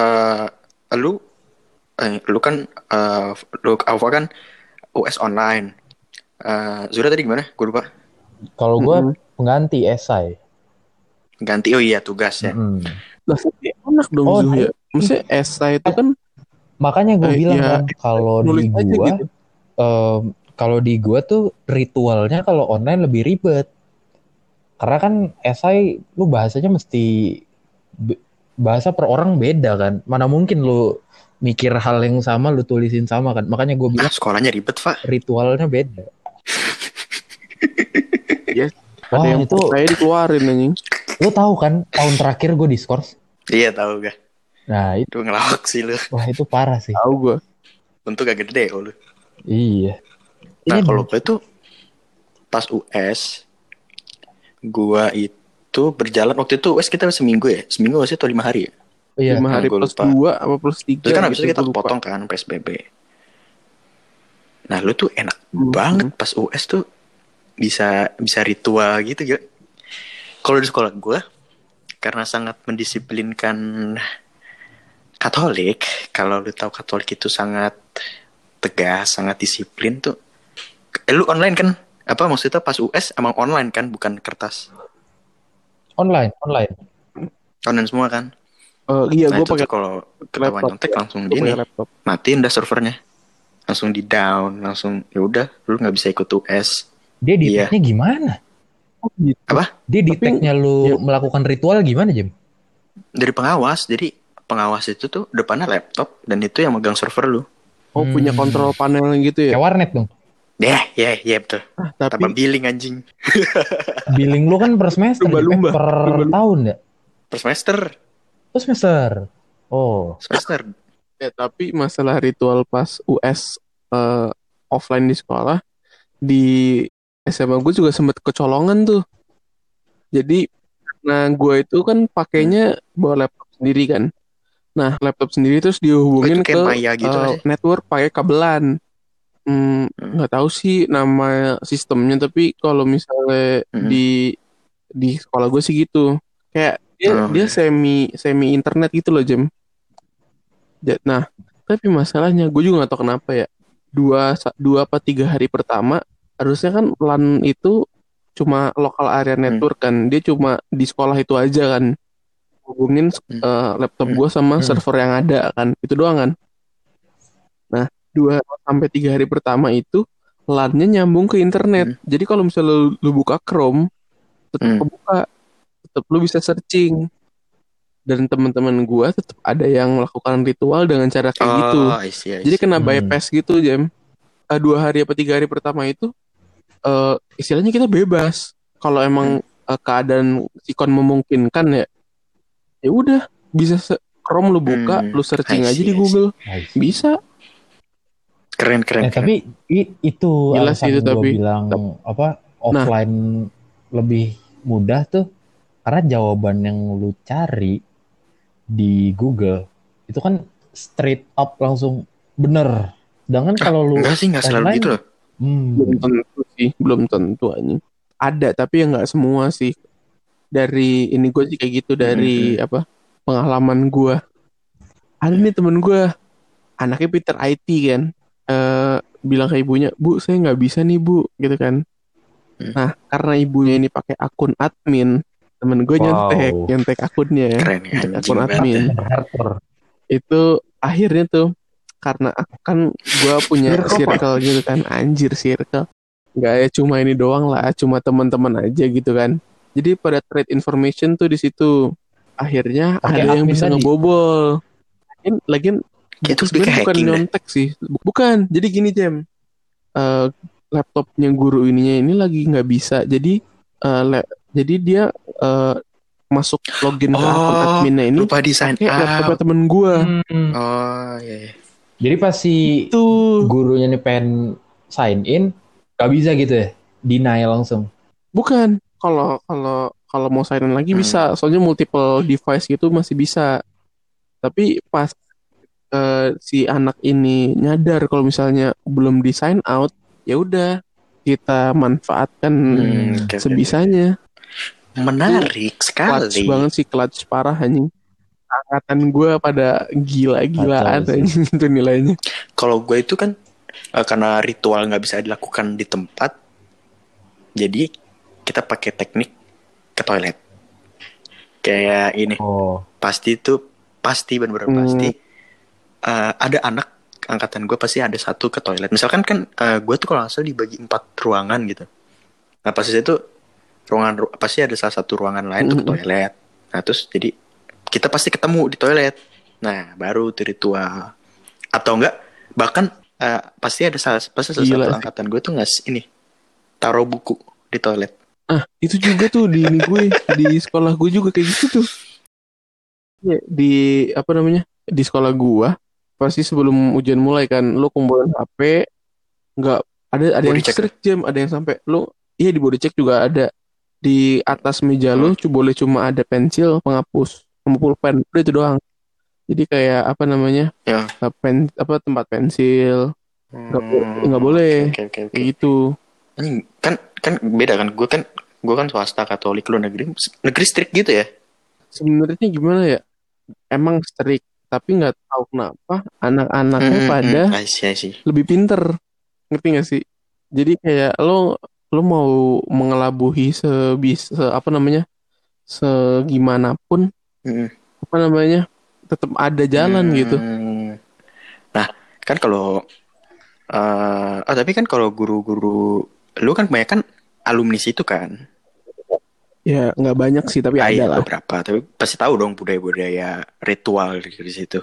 Lu kan lu Alfa kan US online. Zura tadi gimana? Gue lupa. Kalau gue pengganti esai. Ganti tugas ya. Lah enak dong ya. Maksudnya esai itu kan makanya gue bilang kan kalau di gue gitu. Kalau di gue tuh ritualnya kalau online lebih ribet. Karena kan esai lu bahasanya mesti bahasa per orang beda kan. Mana mungkin lu mikir hal yang sama lu tulisin sama kan. Makanya gue bilang sekolahnya ribet, Pak. Ritualnya beda. Yes. Wah, ada yang itu saya dikeluarin anjing. Lu tahu kan tahun terakhir gue diskors? Iya, tahu gak? Nah, itu ngelawak sih lu. Wah, itu parah sih. Tahu gue. Untung gak gede lu. Iya. Nah, kalau gue tuh pas US gua itu berjalan waktu itu US kita seminggu ya? Seminggu sih atau 5 hari ya? Iya. 5 hari plus 2 apa plus 3. Terus kan habis itu kita potong kan PSBB. Nah, lu tuh enak banget pas US tuh bisa ritual gitu ya. Kalau di sekolah gue karena sangat mendisiplinkan Katolik, kalau lu tahu Katolik itu sangat tegas, sangat disiplin tuh. Lu online kan? Apa maksudnya pas US emang online kan, bukan kertas? Online semua kan? Iya, gue pakai kalau ketahuan nyontek langsung gini, matiin dah servernya, langsung di down, langsung ya udah, lu nggak bisa ikut US. Dia detect-nya gimana? Gitu. Apa? Dia detect-nya lu melakukan ritual gimana, Jim? Dari pengawas. Jadi pengawas itu tuh depannya laptop dan itu yang megang server lu. Oh, punya kontrol panel gitu ya? Kayak warnet dong. Ya betul. Tapi billing anjing. Billing lu kan per semester, lumba-lumba. Per tahun ya? Per semester. Oh, semester. Oh. Semester. Ya, tapi masalah ritual pas US offline di sekolah, di SMA gue juga sempat kecolongan tuh. Jadi nah gue itu kan pakainya bawa laptop sendiri kan. Nah laptop sendiri terus dihubungin ke gitu network pakai kabelan. Nggak tahu sih nama sistemnya, tapi kalau misalnya di sekolah gue sih gitu. Kayak dia semi internet gitu loh, Jem. Nah tapi masalahnya gue juga nggak tahu kenapa ya. 2 apa 3 hari pertama harusnya kan LAN itu cuma local area network kan, dia cuma di sekolah itu aja kan, hubungin laptop gue sama server yang ada kan, itu doang kan. Nah 2 sampai 3 hari pertama itu LAN-nya nyambung ke internet, jadi kalau misalnya lu buka Chrome tetap kebuka, tetap lu bisa searching. Dan teman-teman gue tetap ada yang melakukan ritual dengan cara kayak gitu. I see. Jadi kena bypass gitu, Jam. 2 hari apa 3 hari pertama itu istilahnya kita bebas. Kalau emang keadaan sikon memungkinkan ya udah bisa Chrome lu buka, lu searching aja di Google. Bisa. Keren. Tapi itu alasan gue bilang apa offline lebih mudah tuh karena jawaban yang lu cari di Google itu kan straight up langsung bener. Sedangkan kalau lu nggak selalu gitu loh. Belum tentu anjing. Ada tapi ya nggak semua sih. Dari ini gue sih kayak gitu, dari pengalaman gue. ada nih temen gue, anaknya Peter IT kan, bilang ke ibunya, Bu saya nggak bisa nih Bu, gitu kan. Nah karena ibunya ini pakai akun admin, temen gue Wow. nyontek akunnya, Keren ya, nyontek anjing akun admin. Hater. Itu akhirnya tuh karena kan gue punya circle gitu kan, anjir circle, nggak ya cuma ini doang lah, cuma teman-teman aja gitu kan. Jadi pada trade information tuh di situ. Akhirnya Pakai ada yang admin bisa tadi. ngebobol. Lagian Kayak itu lebih sebenarnya ke bukan hacking dah. nyontek sih, bukan. Jadi gini Jam, Eh, laptopnya guru ininya ini lagi nggak bisa. Jadi jadi dia eh, masuk login ke akun Oh, adminnya ini lupa di sign pakai laptopnya out. temen gue. Oh, iya. Iya. Jadi pas si Itu gurunya nih pengen sign in, gak bisa gitu ya? Denial langsung. bukan. Kalau mau sign in lagi bisa, soalnya multiple device gitu masih bisa. Tapi pas si anak ini nyadar kalau misalnya belum di sign out, ya udah kita manfaatkan Oke. sebisanya. Menarik Clutch sekali. banget sih, clutch parah anjing. Angkatan gue pada gila-gilaan Kacau sih. anjing itu nilainya. Kalau gue itu kan karena ritual nggak bisa dilakukan di tempat, jadi kita pakai teknik ke toilet. Kayak ini, Oh, pasti benar-benar pasti ada anak angkatan gue pasti ada satu ke toilet. Misalkan kan gue tuh kalau nggak salah dibagi 4 ruangan gitu. Nah pasti itu pasti ada salah satu ruangan lain tuh ke toilet. Nah terus jadi kita pasti ketemu di toilet. Nah baru tuh ritual. Atau enggak bahkan pasti salah satu Gila sih. angkatan gue tuh ini taruh buku di toilet. Itu juga tuh di ini gue, di sekolah gue juga kayak gitu tuh. Ya, di apa namanya? Di sekolah gue pasti sebelum ujian mulai kan, lu kumpulin HP, nggak ada yang Body check. strict Jam, ada yang sampai lu, iya di body check juga ada. Di atas meja lu boleh cuma ada pensil, penghapus, sama pulpen, udah itu doang. Jadi kayak apa namanya? Ya. Tempat pensil, nggak boleh. Oke. Kayak gitu. Ini kan beda kan. Gue kan swasta Katolik, lu negeri strict gitu ya. Sebenarnya gimana ya? Emang strict, tapi nggak tahu kenapa anak-anaknya pada I see. lebih pinter, ngerti nggak sih? Jadi kayak lo mau mengelabuhi apa namanya, segimanapun apa namanya, tetap ada jalan gitu. Nah kan kalau tapi kan kalau guru-guru lu kan kebanyakan alumni situ kan. Ya nggak banyak sih, tapi ada lah. Beberapa, tapi pasti tahu dong budaya-budaya ritual di situ.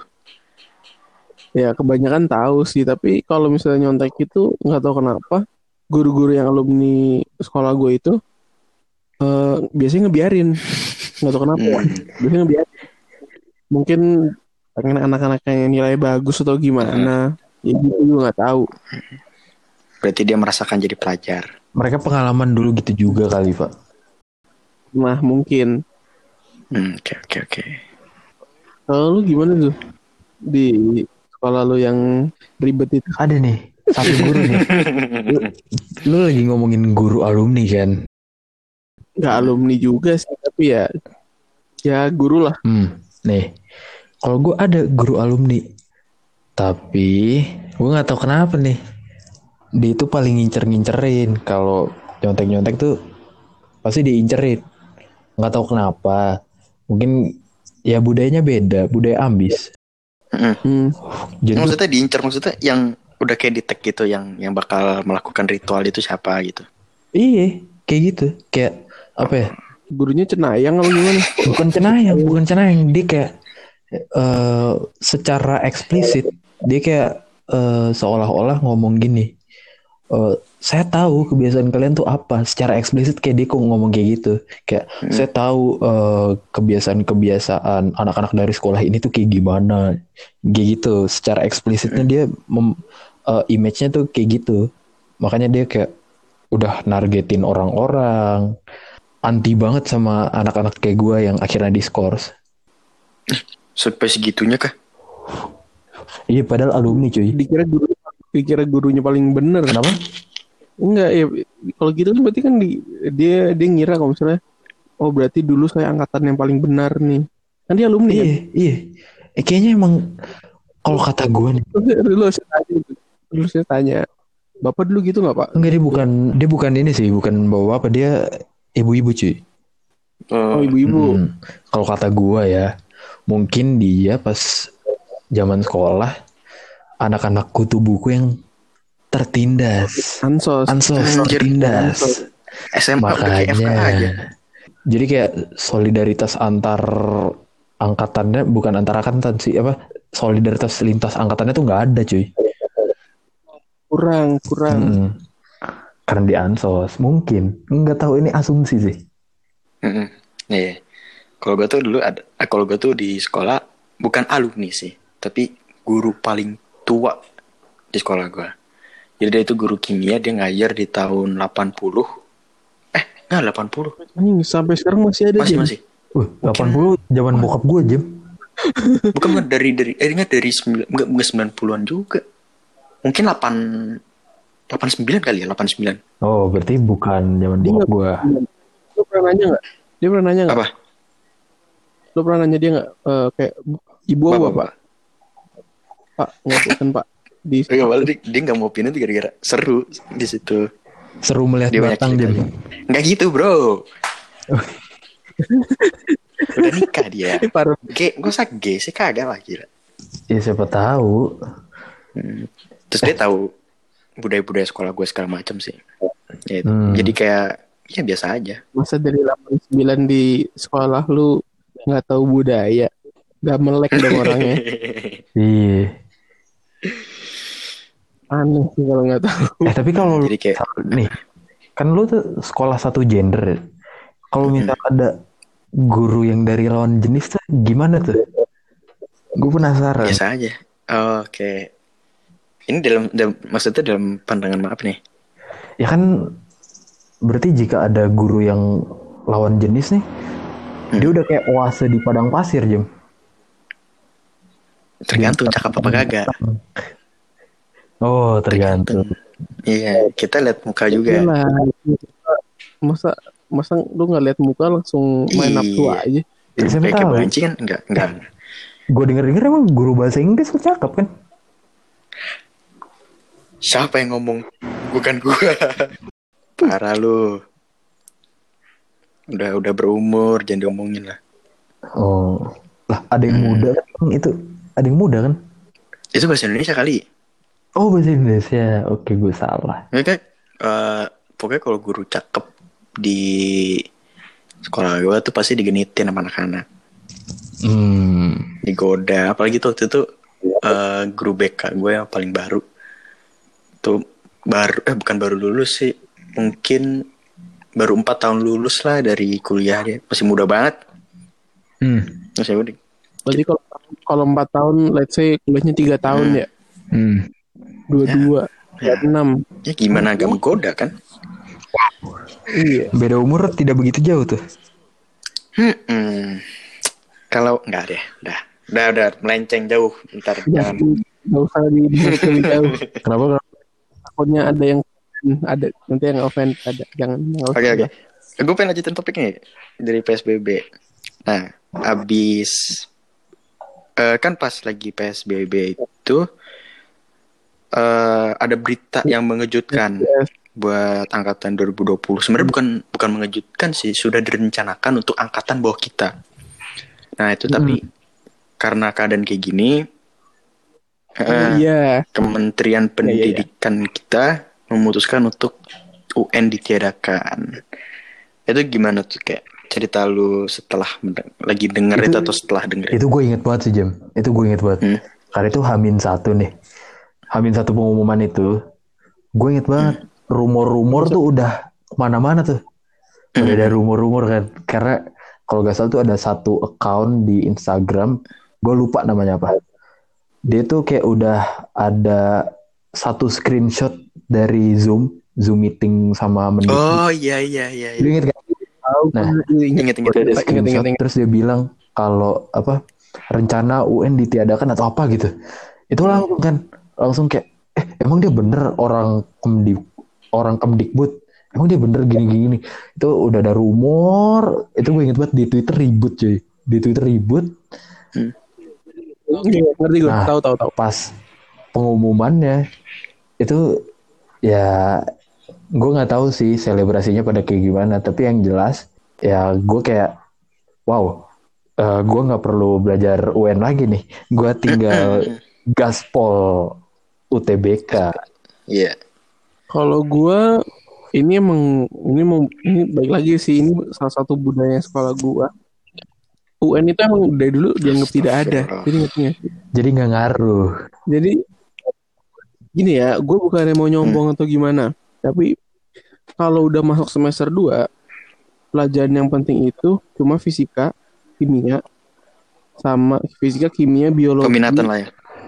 Ya kebanyakan tahu sih, tapi kalau misalnya nyontek itu nggak tahu kenapa guru-guru yang alumni sekolah gue itu biasanya ngebiarin, nggak tahu kenapa. Biasanya ngebiarin. Mungkin pengen anak-anaknya nilai bagus atau gimana, ya gitu juga nggak tahu. Berarti dia merasakan jadi pelajar. mereka pengalaman dulu gitu juga kali, Pak. Nah mungkin. Oke. Kalau lu gimana tuh di sekolah lu yang ribet itu? Ada nih satu guru nih. Lu lagi ngomongin guru alumni kan? Nggak alumni juga sih, tapi ya guru lah. Nih, kalau gue ada guru alumni, tapi gue nggak tahu kenapa nih. Dia itu paling ngincerin. Kalau nyontek tuh pasti diincerin. Nggak tahu kenapa. Mungkin ya budayanya beda, budaya ambis. Jadi maksudnya diincar, maksudnya yang udah kayak di tag gitu, yang bakal melakukan ritual itu siapa gitu. Iya, kayak gitu. Kayak apa ya? Gurunya cenayang atau gimana? Bukan cenayang. Dia kayak secara eksplisit dia kayak seolah-olah ngomong gini. Saya tahu kebiasaan kalian tuh apa. Secara eksplisit kayak dia kok ngomong kayak gitu. Kayak saya tahu kebiasaan anak-anak dari sekolah ini tuh kayak gimana. Kayak gitu. Secara eksplisitnya dia image-nya tuh kayak gitu. Makanya dia kayak udah nargetin orang-orang. Anti banget sama anak-anak kayak gue yang akhirnya diskors. Sampai segitunya kah? Iya, padahal alumni cuy. Dikira gurunya paling bener. Kenapa? Enggak ya, kalau gitu kan berarti kan dia ngira kalau misalnya, oh berarti dulu saya angkatan yang paling benar nih. Kan dia alumni. Iya. Kayaknya emang kalau kata gue nih, Dulu saya tanya, Bapak dulu gitu nggak Pak? enggak, dia bukan ini sih, bukan bawa apa, dia ibu-ibu cuy. Oh ibu-ibu. Kalau kata gue ya, mungkin dia pas zaman sekolah anak-anak kutu buku yang tertindas. Ansos. Anjir. Tertindas. SMA udah kayak FK aja. Makanya. Jadi kayak solidaritas antar angkatannya, bukan antar angkatan sih, apa? Solidaritas lintas angkatannya tuh nggak ada cuy. Kurang. Karena di ansos mungkin, nggak tahu, ini asumsi sih. Iya. Kalau gue tuh di sekolah bukan alumni sih, tapi guru paling tua di sekolah gue. Jadi dia itu guru kimia, dia ngajar di tahun 80. Enggak 80. Sampai sekarang masih ada. Masih. 80 zaman bokap gue Jam. Bukan dari enggak 90-an juga. Mungkin 89 kali ya, 89. Oh, berarti bukan zaman bokap gue. Lu pernah nanya nggak? Dia pernah nanya nggak? Apa? Lu pernah nanya dia nggak? Kayak ibu apa Bapak. Pak, ngapain Pak? Iya, malah dia nggak mau pindah tuh gara-gara seru di situ. Seru melihat Dia batang Jam. Nggak gitu bro. Udah nikah dia. Gue usah gay sih, kagak lah gila. Ya siapa tahu. Terus dia tahu budaya-budaya sekolah gue segala macam sih. Ya, jadi kayak ya biasa aja. Masa dari 89 di sekolah lu nggak tahu budaya, nggak melek dong orangnya. Iya. Aneh sih kalau nggak tahu. Tapi kalau kayak, nih, kan lu tuh sekolah satu gender. Kalau misal ada guru yang dari lawan jenis tuh gimana tuh? Gue penasaran. Biasa aja. Oke. Ini maksudnya dalam pandangan maaf nih. Ya kan berarti jika ada guru yang lawan jenis nih, dia udah kayak oase di padang pasir Jam. Tergantung cakap apa kagak. Oh, tergantung. Iya, kita lihat muka juga. Yalah, masa lu nggak lihat muka langsung main nafsu aja? Kayak banci kan enggak. Gue denger emang guru bahasa Inggris lu cakep kan? Siapa yang ngomong? Bukan gua. Parah lu. Udah berumur, jangan diomongin lah. Oh, lah ada yang muda kan itu? Ada yang muda kan? Itu bahasa Indonesia kali. Oh, bahasa Indonesia. Oke, gue salah. Mereka pokoknya kalau guru cakep di sekolah gue tuh pasti digenitin sama anak-anak. Digoda. Apalagi tuh waktu itu guru BK gue yang paling baru. Tuh bukan baru lulus sih. Mungkin baru 4 tahun lulus lah dari kuliah dia. Masih muda banget. Terus ya udah. Berarti kalau 4 tahun, let's say kuliahnya 3 tahun ya. 22, 26. Ya gimana agak menggoda kan? Iya. Beda umur tidak begitu jauh tuh. Kalau enggak deh, udah melenceng jauh. Ntar jangan. Nggak usah dibahas lebih jauh. Kenapa? Takutnya ada yang nanti yang offend ada. Jangan. Oke. Gue pengen lanjutin topik nih dari PSBB. Nah, abis kan pas lagi PSBB itu ada berita yang mengejutkan buat angkatan 2020. Sebenarnya bukan mengejutkan sih, sudah direncanakan untuk angkatan bawah kita. Nah itu tapi karena keadaan kayak gini, Kementerian Pendidikan kita memutuskan untuk UN ditiadakan. Itu gimana tuh, kayak cerita lu setelah lagi denger itu atau setelah denger? Itu gue inget banget sih Jam. Itu gue inget banget. Karena itu H-1 nih. H-1 pengumuman itu, gue inget banget. Rumor-rumor tuh udah kemana-mana tuh. Udah ada rumor-rumor kan. Karena kalau gak salah tuh ada satu account di Instagram, gue lupa namanya apa. Dia tuh kayak udah ada satu screenshot dari Zoom meeting sama Mendikbud. Oh iya. Lu inget kan? Nah, inget. Terus dia bilang kalau apa rencana UN ditiadakan atau apa gitu. Itu langsung kayak emang dia bener orang Kemdikbud, emang dia bener gini. Itu udah ada rumor. Itu gue inget banget di Twitter ribut cuy. Ngerti gue. Nah, Tahu. pas pengumumannya itu ya gue nggak tahu sih selebrasinya pada kayak gimana, tapi yang jelas ya gue kayak wow, gue nggak perlu belajar UN lagi nih, gue tinggal gaspol UTBK. Iya. Kalau gue ini baik lagi sih, ini salah satu budaya sekolah gue. UN itu emang dari dulu dianggap tidak ada. Jadi ngerti nggak sih? Jadi nggak ngaruh. Jadi gini ya, gue bukannya mau nyombong atau gimana, tapi kalau udah masuk semester 2, pelajaran yang penting itu cuma fisika, kimia, biologi, Peminatan lah ya.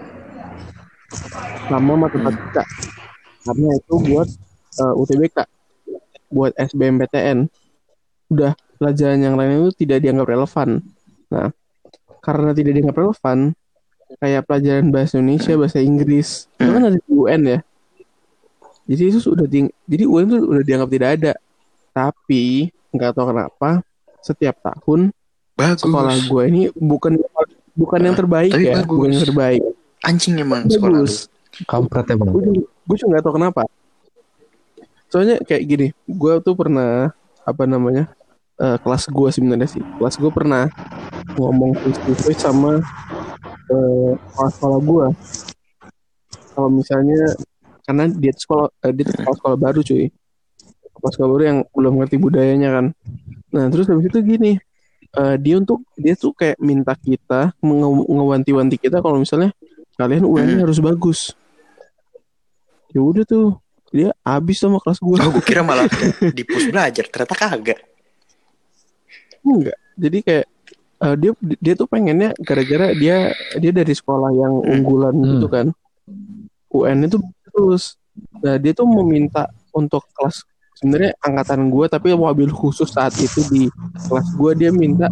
sama matematika. Karena itu buat UTBK, buat SBMPTN. Udah, pelajaran yang lain itu tidak dianggap relevan. Nah, karena tidak dianggap relevan, kayak pelajaran bahasa Indonesia, bahasa Inggris, itu kan ada di UN ya. Jadi itu jadi UN itu udah dianggap tidak ada. Tapi nggak tahu kenapa setiap tahun Bagus. sekolah gue ini bukan yang terbaik ya, bagus. bukan yang terbaik. Anjing emang sekolah lu. Kampret emang. Gue juga nggak tahu kenapa. Soalnya kayak gini, gue tuh pernah kelas gue sebenarnya sih. Kelas gue pernah ngomong face to face sama sekolah gue. Kalau misalnya karena dia tuh sekolah baru cuy. Sekolah baru yang belum ngerti budayanya kan. Nah terus habis itu gini, dia tuh kayak minta kita ngewanti-wanti kita kalau misalnya kalian UN harus bagus. Ya udah tuh, dia habis sama kelas gue. Oh, gue kira malah di pus belajar, ternyata kagak. Enggak. Jadi kayak dia tuh pengennya gara-gara dia dari sekolah yang unggulan gitu kan. UN itu terus. Nah, dia tuh meminta untuk kelas sebenarnya angkatan gue tapi mobil khusus saat itu di kelas gue dia minta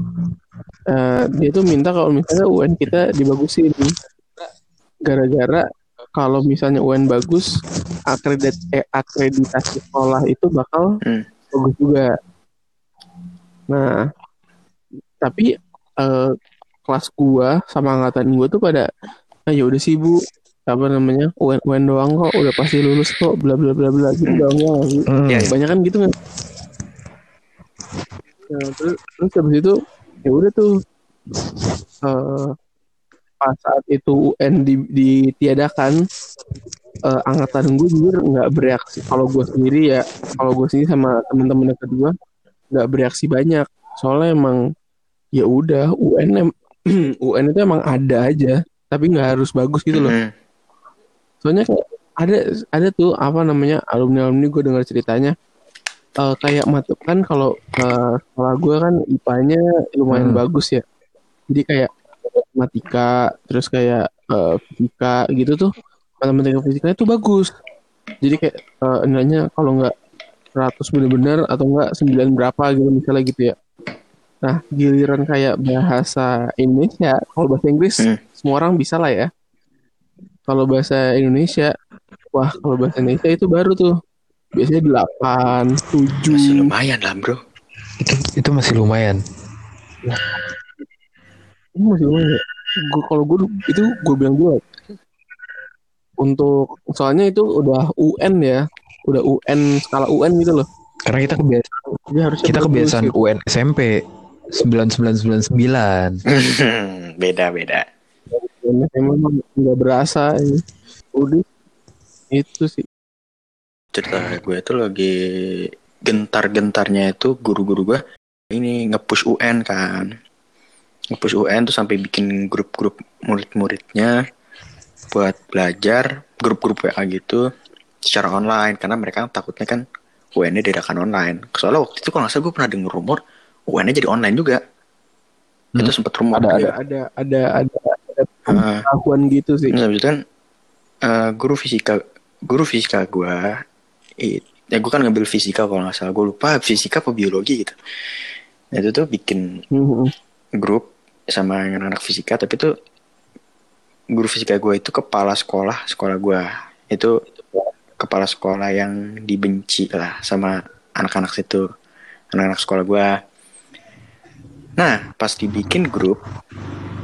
kalau misalnya UN kita dibagusin. Gara-gara kalau misalnya UN bagus, akreditasi sekolah itu bakal bagus juga. Nah, tapi kelas gua sama angkatan gua tuh pada ya udah sih Bu, UN doang kok, udah pasti lulus kok, bla bla bla bla gitu doang ya. Banyak kan gitu kan. Nah, terus habis itu ya udah tuh pas saat itu UN ditiadakan, angkatan gue juga nggak bereaksi. Kalau gue sendiri sama teman-teman dekat gue nggak bereaksi banyak. Soalnya emang ya udah UN itu emang ada aja, tapi nggak harus bagus gitu loh. Soalnya ada tuh alumni gue dengar ceritanya kayak kan kalau sekolah gue kan IPA-nya lumayan bagus ya. Jadi kayak matematika terus kayak fisika gitu tuh, matematika fisikanya tuh bagus. Jadi kayak nilainya kalau nggak 100 benar-benar atau nggak 9 berapa gitu misalnya gitu ya. Nah giliran kayak bahasa Indonesia, kalau bahasa Inggris semua orang bisa lah ya. Kalau bahasa Indonesia itu baru tuh biasanya 8, 7. Masih lumayan lah bro. Itu masih lumayan. Ini masih lumayan ya. Gue bilang dulu. Untuk soalnya itu udah UN ya, udah UN skala UN gitu loh. Karena kita kebiasaan gitu. UN SMP 9999. Beda. Memang nggak berasa ini. Udah itu sih. Cerita gue tuh lagi gentar-gentarnya itu guru-guru gue ini nge-push UN kan. Nge-push UN tuh sampai bikin grup-grup murid-muridnya buat belajar, grup-grup WA gitu secara online karena mereka takutnya kan UN-nya diadakan online. Soalnya waktu itu kalau nggak salah gue pernah denger rumor UN-nya jadi online juga. Itu sempat rumor. Ada pengetahuan gitu sih. Nah, kan guru fisika gue, ya gue kan ngambil fisika kalau nggak salah, gue lupa fisika apa biologi gitu. Nah, itu tuh bikin grup sama anak fisika, tapi tuh guru fisika gue itu kepala sekolah gue itu kepala sekolah yang dibenci lah sama anak-anak situ, anak-anak sekolah gue. Nah pas dibikin grup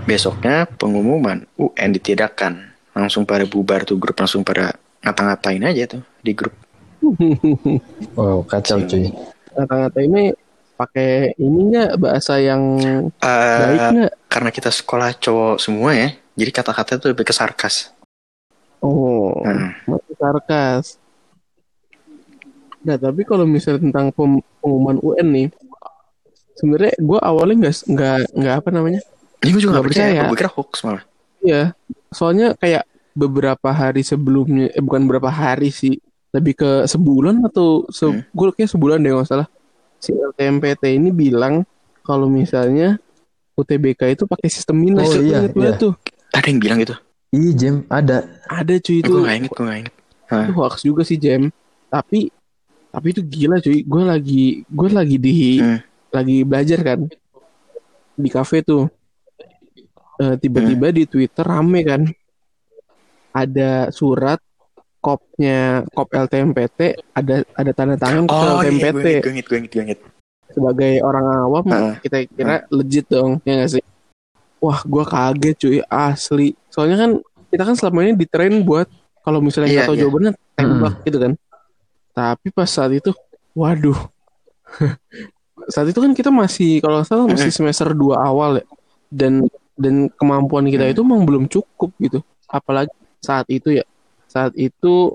Besoknya pengumuman UN ditidakkan. Langsung pada bubar tuh grup, langsung pada ngata-ngatain aja tuh di grup. Oh, kacau cuy. Kata-kata ini pakai ini nggak bahasa yang baik nggak? Karena kita sekolah cowok semua ya, jadi kata-kata tuh lebih ke sarkas. Oh, masih sarkas. Nah, tapi kalau misalnya tentang pengumuman UN nih, sebenarnya gue awalnya nggak apa namanya? Ini gue juga nggak nggak percaya. Gue kira hoax malah. Iya, soalnya kayak beberapa hari sebelumnya, bukan beberapa hari sih, lebih ke sebulan atau gue kayak sebulan deh nggak salah. Si LTMPT ini bilang kalau misalnya UTBK itu pakai sistem minus. Oh iya. Tuh. Ada yang bilang gitu? Iya Jem, ada. Ada cuy itu. Gue nggak inget. Itu hoax juga sih Jem. Tapi itu gila cuy. Gue lagi lagi belajar kan di kafe tuh. Tiba-tiba di Twitter rame kan. Ada surat kop LTMPT, ada tanda tangan LTMPT. Gue inget. Sebagai orang awam kita kira legit dong, ya nggak sih? Wah, gue kaget cuy, asli. Soalnya kan kita kan selama ini ditrain buat kalau misalnya nggak tahu jawabannya tembak gitu kan. Tapi pas saat itu, waduh. Saat itu kan kita masih, kalau salah masih semester 2 awal ya. Dan kemampuan kita itu memang belum cukup gitu. Apalagi saat itu ya. Saat itu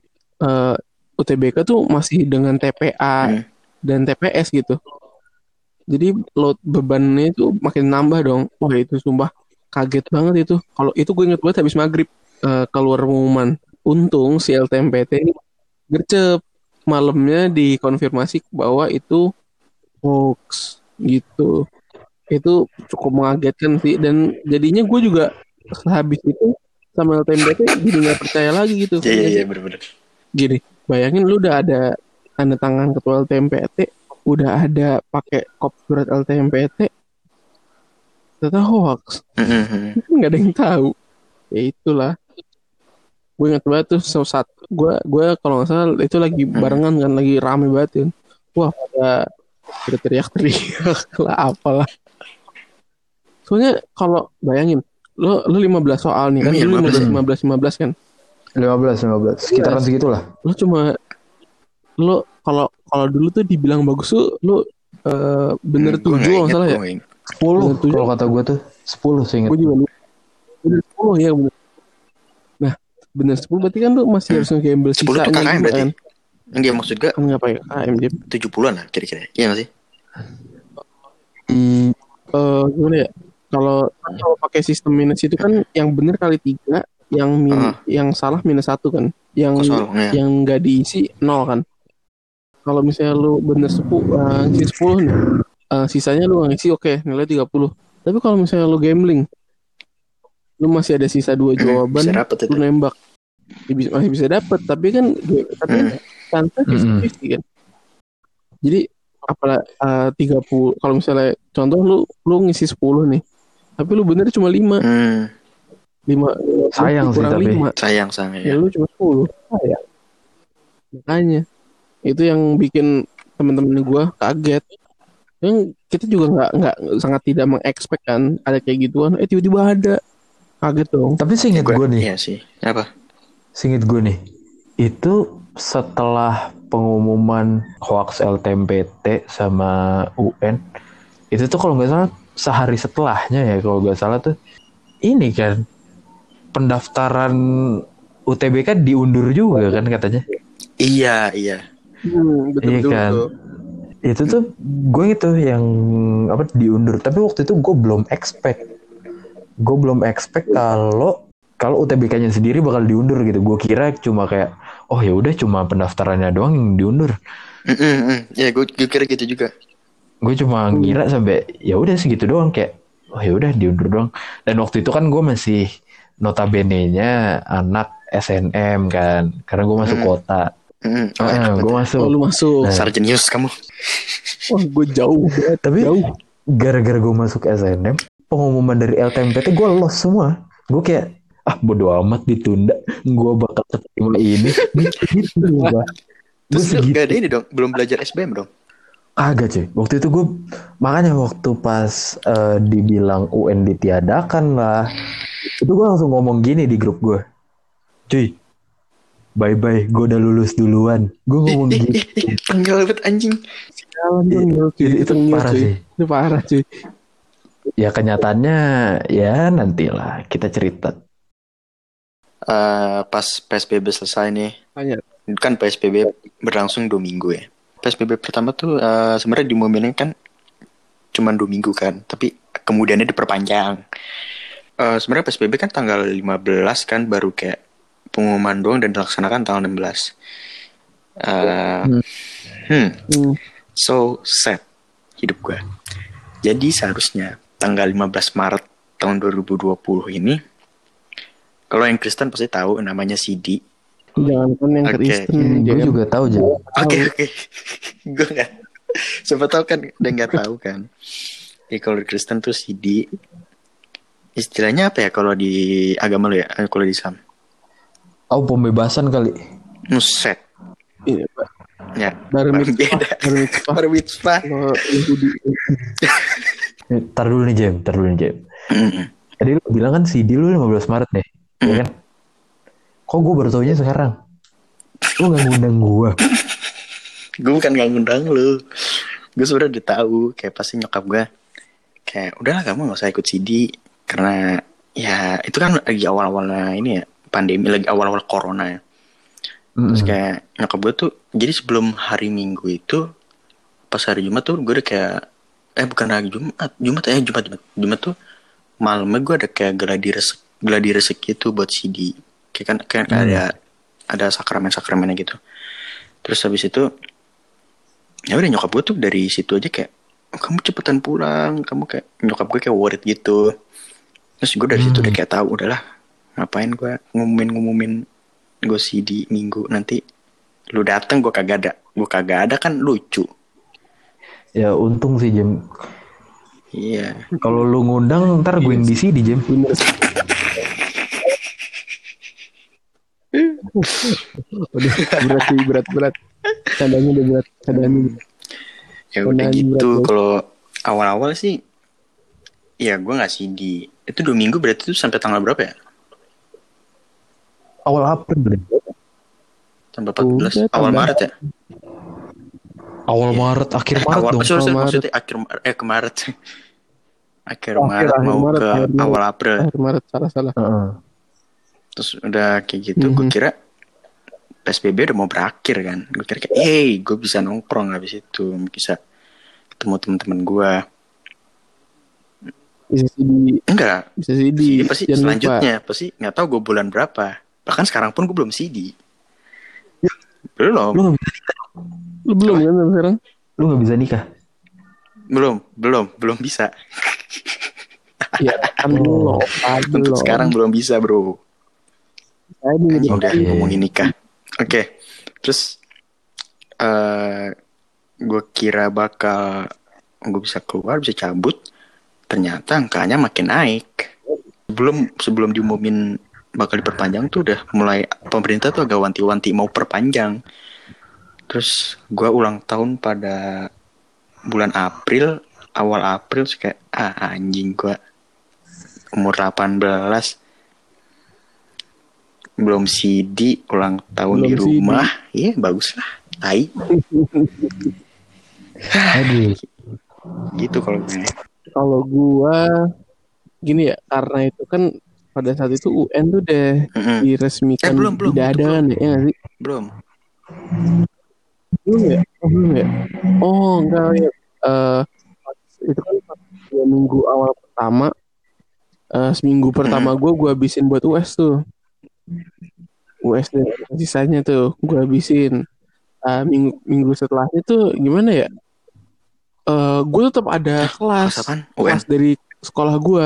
UTBK tuh masih dengan TPA dan TPS gitu. Jadi load bebannya itu makin nambah dong. Wah itu sumpah kaget banget itu. Kalau itu gue inget banget habis maghrib keluar pengumuman. Untung si LTMPT ini gercep. Malamnya dikonfirmasi bahwa itu hoax gitu. Itu cukup mengagetkan sih. Dan jadinya gue juga habis itu sama LTMPT jadi gak percaya lagi gitu. Iya bener-bener. Gini, bayangin lu udah ada tanda tangan ketua LTMPT, udah ada pakai kop surat LTMPT, ternyata hoax. Nggak ada yang tahu. Ya itulah. Gue ingat banget tuh saat gue kalau nggak salah itu lagi barengan kan, lagi rame banget kan. Wah pada teriak-teriak lah apalah. Soalnya kalau bayangin, lo 15 soal nih kan, lu 15 kan. 15 sekitaran segitulah. Lo cuma kalau dulu tuh dibilang bagus tuh lo bener 7 kalau salah ya. 10 kalau kata gue tuh 10 sih ingat. Gue juga bener 10 ya bener. Nah bener 10 berarti kan lo masih harus nge-gamble sisanya 10 tuh KKM berarti. Kan? Yang dia maksud gak? Kan ngapain KKM dia 70-an lah kira-kira. Iya gak sih? Gimana ya? Kalau pakai sistem minus itu kan yang bener kali 3, yang salah -1 kan. Yang nggak diisi 0 kan. Kalau misalnya lu bener 10 nih, sisanya lu ngisi oke, nilai 30. Tapi kalau misalnya lu gambling, lu masih ada sisa 2 jawaban, lu nembak, masih bisa dapet. Tapi kan santai kan. Jadi apalah 30. Kalau misalnya contoh lu ngisi 10 nih, tapi lu bener cuma 5. 5 sayang sih tapi 5. Sayang ya lu cuma 10. Sayang. Makanya itu yang bikin teman-teman gue kaget. Yang kita juga nggak sangat tidak mengekspek kan ada kayak gituan. Tiba-tiba ada, kaget dong. Tapi seinget gue nih. Iya sih. Apa? Seinget gue nih. Itu setelah pengumuman hoax LTMPT sama UN, itu tuh kalau nggak salah sehari setelahnya ya kalau nggak salah tuh ini kan pendaftaran UTBK diundur juga kan katanya. Iya. Betul kan. Itu tuh gue gitu yang apa diundur. Tapi waktu itu gue belum expect kalau UTBK-nya sendiri bakal diundur gitu. Gue kira cuma kayak oh ya udah cuma pendaftarannya doang yang diundur. Ya gue kira gitu juga. Gue cuma ngira sampai ya udah segitu doang kayak oh ya udah diundur doang. Dan waktu itu kan gue masih notabene-nya anak SNM kan, karena gue masuk kota. Gue masuk. Lu masuk. Sarjenius kamu. Wah, gue jauh. Tapi gara-gara gue masuk SNM, pengumuman dari LTMPT gue lost semua. Gue kayak bodo amat ditunda, gue bakal terima ini. Gitu gue. Terus gak ada ini dong, belum belajar SBM dong? Agak cuy. Waktu itu gue makanya waktu pas dibilang UN ditiadakan lah, itu gue langsung ngomong gini di grup gue. Cuy, bye bye, gue udah lulus duluan. Gue ngomong gitu. Tanggal banget anjing. Jalan tengil cuy. Itu parah cuy. sih. Itu parah cuy. Ya kenyataannya ya nantilah kita cerita. Pas PSBB selesai nih, kan PSBB berlangsung 2 minggu ya. PSBB pertama tuh sebenarnya diumumin kan cuma 2 minggu kan, tapi kemudiannya diperpanjang. Sebenarnya PSBB kan tanggal 15 kan baru kayak pengumuman doang dan dilaksanakan tanggal 16. So sad hidup gue. Jadi seharusnya tanggal 15 Maret tahun 2020 ini, kalau yang Kristen pasti tahu namanya CD. Jangan kan yang Kristen. Gue juga tahu aja. Oke. Gue nggak. Siapa tahu kan udah nggak tahu kan. Jadi kalau di Kristen tuh CD. Istilahnya apa ya kalau di agama lo ya? Kalau di Islam? Oh, pembebasan kali. Nuset. Iya, Pak. Ya. Bar mitzvah. Tar dulu nih Jem. Tadi lu bilang kan CD lu 15 Maret deh. Ya kan? Kok gue baru taunya sekarang? Lu gak ngundang gue? Gue bukan gak ngundang lu. Gue sebenernya udah tahu. Kayak pasti nyokap gue kayak udahlah kamu gak usah ikut CD. Karena ya itu kan lagi awal-awalnya ini ya, pandemi, lagi awal-awal corona ya. Terus kayak nyokap gue tuh, jadi sebelum hari Minggu itu, pas hari Jumat tuh gue udah kayak bukan hari Jumat tuh malamnya gue ada kayak gladi resik gitu buat CD. Kayak kan ada sakramen-sakramennya gitu. Terus habis itu ya udah nyokap gue tuh dari situ aja kayak kamu cepetan pulang, kamu kayak nyokap gue kayak worried gitu. Terus gue dari situ udah kayak tahu udahlah ngapain gue ngumumin gue CD Minggu, nanti lu dateng gue kagak ada kan lucu. Ya untung sih Jem. Iya. Kalau lu ngundang ntar gue yang di CD Jem. berat. Candanya udah berat. Ya udah gitu. Kalau awal-awal sih, ya gue nggak CD. Itu 2 minggu berarti itu sampai tanggal berapa ya? Awal April deh. Sampai 14. Awal Maret ya? Awal Maret, akhir Maret dong. Maksudnya ke Maret. Akhir Maret mau ke awal April. Akhir Maret salah. Terus udah kayak gitu, gue kira PSBB udah mau berakhir kan. Gue kira kayak, gue bisa nongkrong habis itu, bisa ketemu teman-teman gue. Bisa CD. Pasti selanjutnya, pasti nggak tahu gue bulan berapa. Bahkan sekarang pun gue belum CD. Belum. Lu nggak bisa nikah. Lu belum kan sekarang? Lu nggak bisa nikah. Belum bisa. Ya kan Untuk sekarang belum bisa bro. Udah ngomongin nikah. Oke. Terus gue kira bakal gue bisa keluar, bisa cabut. Ternyata angkanya makin naik. Sebelum diumumin bakal diperpanjang tuh udah mulai pemerintah tuh agak wanti-wanti mau perpanjang. Terus gue ulang tahun pada bulan April, awal April, kayak anjing, gue umur 18 belum CD, ulang tahun belum di rumah. Iya bagus lah, tai. Aduh. Gitu kalau gue. Kalau gue gini ya, karena itu kan pada saat itu UN tuh udah diresmikan tidak ada kan ya nggak sih? Belum ya? Oh enggak ya. Itu kan 2 minggu awal pertama, seminggu pertama gue habisin buat US tuh. US dan sisanya tuh gue habisin. Minggu setelahnya tuh gimana ya? Gue tetap ada kelas dari sekolah gue.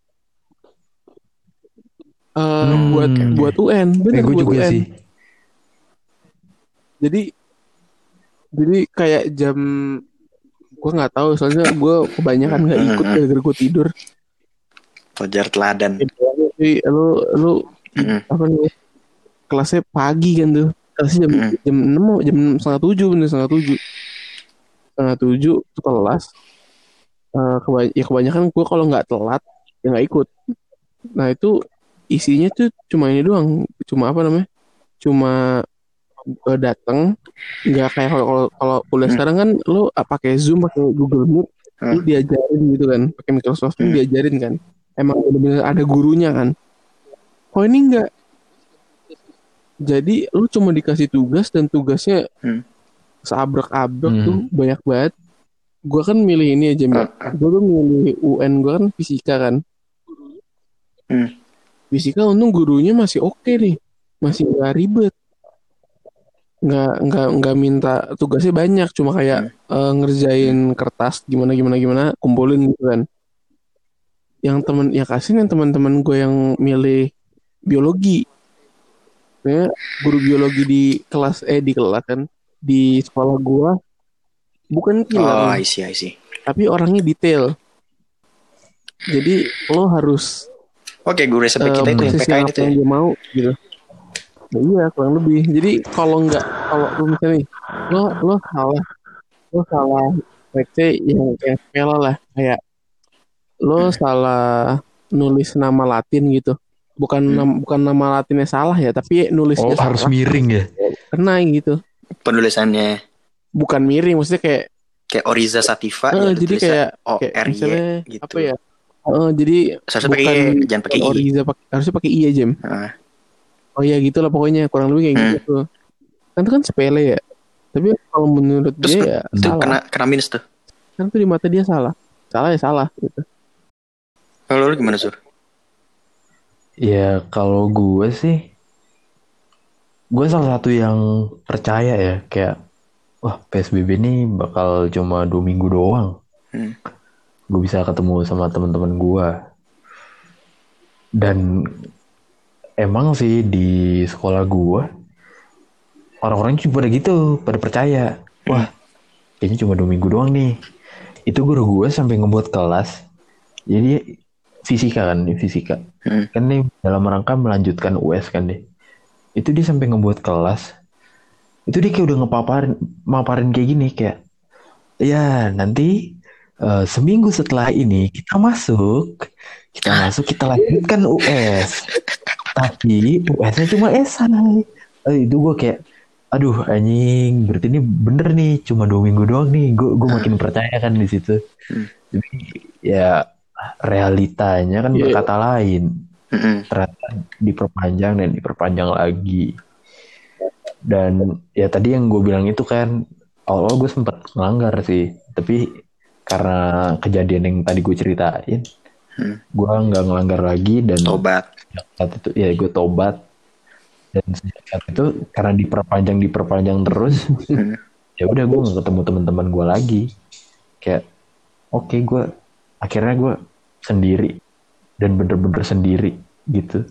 Buat UN, bener gue buat juga UN. sih. Jadi kayak jam, gue nggak tahu soalnya gue kebanyakan nggak ikut gara-gara gue tidur. Fajar teladan. Lu apa nih? Kelasnya pagi kan tuh. Kelasnya jam 6 jam 6:30 bener 6:30. 6:30 tuh kelas. Kebanyakan gue kalau nggak telat ya nggak ikut. Nah itu isinya tuh cuma ini doang, cuma apa namanya, cuma datang. Nggak kayak kalau kuliah sekarang kan lo pakai Zoom, pakai Google Meet, lo diajarin gitu kan, pakai Microsoft Teams diajarin kan, emang benar-benar ada gurunya kan. Oh ini enggak, jadi lu cuma dikasih tugas dan tugasnya seabrek-abrek tuh banyak banget. Gue kan milih ini aja, gue tuh milih UN, gue kan fisika kan. Fisika untung gurunya masih oke nih, masih nggak ribet, nggak minta tugasnya banyak, cuma kayak ngerjain kertas gimana kumpulin gitu kan. Yang kasihin yang teman-teman gue yang milih biologi. Ya, guru biologi di kelas kan, di sekolah gua bukan kilang. I see. Tapi orangnya detail. Jadi lo harus guru SMP kita itu yang PKN itu yang dia mau gitu. Nah, iya, kurang lebih. Jadi kalau lu misalnya nih, lo salah let's say yang sepele lah, kayak lo salah nulis nama Latin gitu. Bukan nama Latinnya salah ya, tapi nulisnya salah. Harus miring ya? Kena gitu. Penulisannya bukan miring, maksudnya kayak Oriza Sativa jadi kayak misalnya gitu. Apa ya? Jadi jangan pakai Oriza, harusnya pakai I ya, Jem. Oh ya gitulah pokoknya, kurang lebih kayak gitu. Kan itu kan sepele ya. Tapi kalau menurut terus dia ya salah. Kena minus tuh. Kan itu di mata dia salah. Salah ya salah gitu. Kalau lu gimana, Sur? Ya kalau gue sih, gue salah satu yang percaya ya, kayak wah PSBB ini bakal cuma 2 minggu doang. Gue bisa ketemu sama teman-teman gue. Dan emang sih di sekolah gue orang-orang juga pada gitu, pada percaya. Wah kayaknya cuma 2 minggu doang nih. Itu guru gue sampai ngebuat kelas. Jadi fisika. Kan nih dalam rangka melanjutkan US kan deh. Itu dia sampai ngebuat kelas. Itu dia kayak udah maparin kayak gini, kayak ya nanti seminggu setelah ini kita lanjutkan US. Tapi US-nya cuma esai. Itu gue kayak aduh anjing, berarti ini bener nih cuma 2 minggu doang nih. Gue makin percaya kan di situ. Tapi ya realitanya kan berkata lain. Ternyata diperpanjang lagi. Dan ya tadi yang gue bilang itu kan awal gue sempat melanggar sih, tapi karena kejadian yang tadi gue ceritain, gue nggak ngelanggar lagi dan tobat. Saat itu ya gue tobat, dan saat itu karena diperpanjang terus, ya udah gue nggak ketemu teman-teman gue lagi. Kayak oke, gue akhirnya sendiri dan bener-bener sendiri gitu.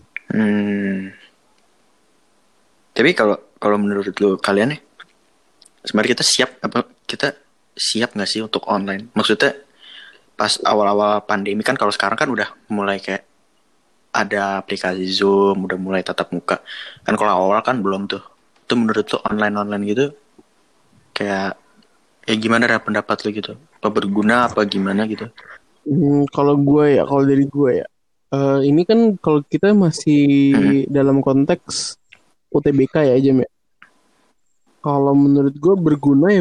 Tapi kalau menurut lo kalian nih, sebenarnya kita siap nggak sih untuk online? Maksudnya pas awal-awal pandemi kan, kalau sekarang kan udah mulai kayak ada aplikasi Zoom, udah mulai tatap muka. Kan kalau awal kan belum tuh. Itu menurut lo online gitu kayak gimana pendapat lo gitu? Apa berguna apa gimana gitu? Kalau dari gue ya, ini kan kalau kita masih dalam konteks UTBK ya Jem ya. Kalau menurut gue berguna.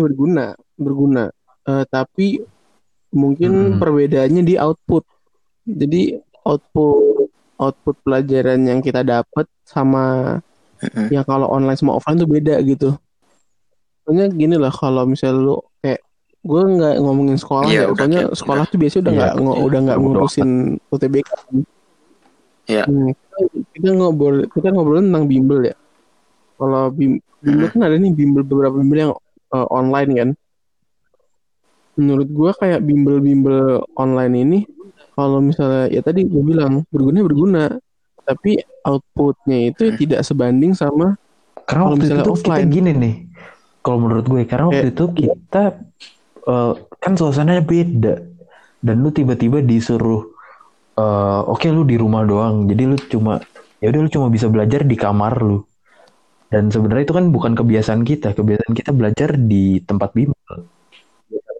Tapi mungkin perbedaannya di output. Jadi output pelajaran yang kita dapat sama yang kalau online sama offline tuh beda gitu. Soalnya gini lah, kalau misalnya lu kayak gue nggak ngomongin sekolah ya, soalnya sekolah tuh biasanya udah nggak ngurusin UTBK. Iya. Kita ngobrol tentang bimbel ya. Kalau bimbel kan ada nih beberapa bimbel yang online kan. Menurut gue kayak bimbel online ini, kalau misalnya ya tadi gue bilang berguna, tapi outputnya itu tidak sebanding sama kalau misalnya offline. Kita gini nih, kalau menurut gue karena waktu itu kita kan suasananya beda, dan lu tiba-tiba disuruh oke, lu di rumah doang, jadi lu cuma bisa belajar di kamar lu. Dan sebenarnya itu kan bukan kebiasaan kita belajar di tempat bimbel.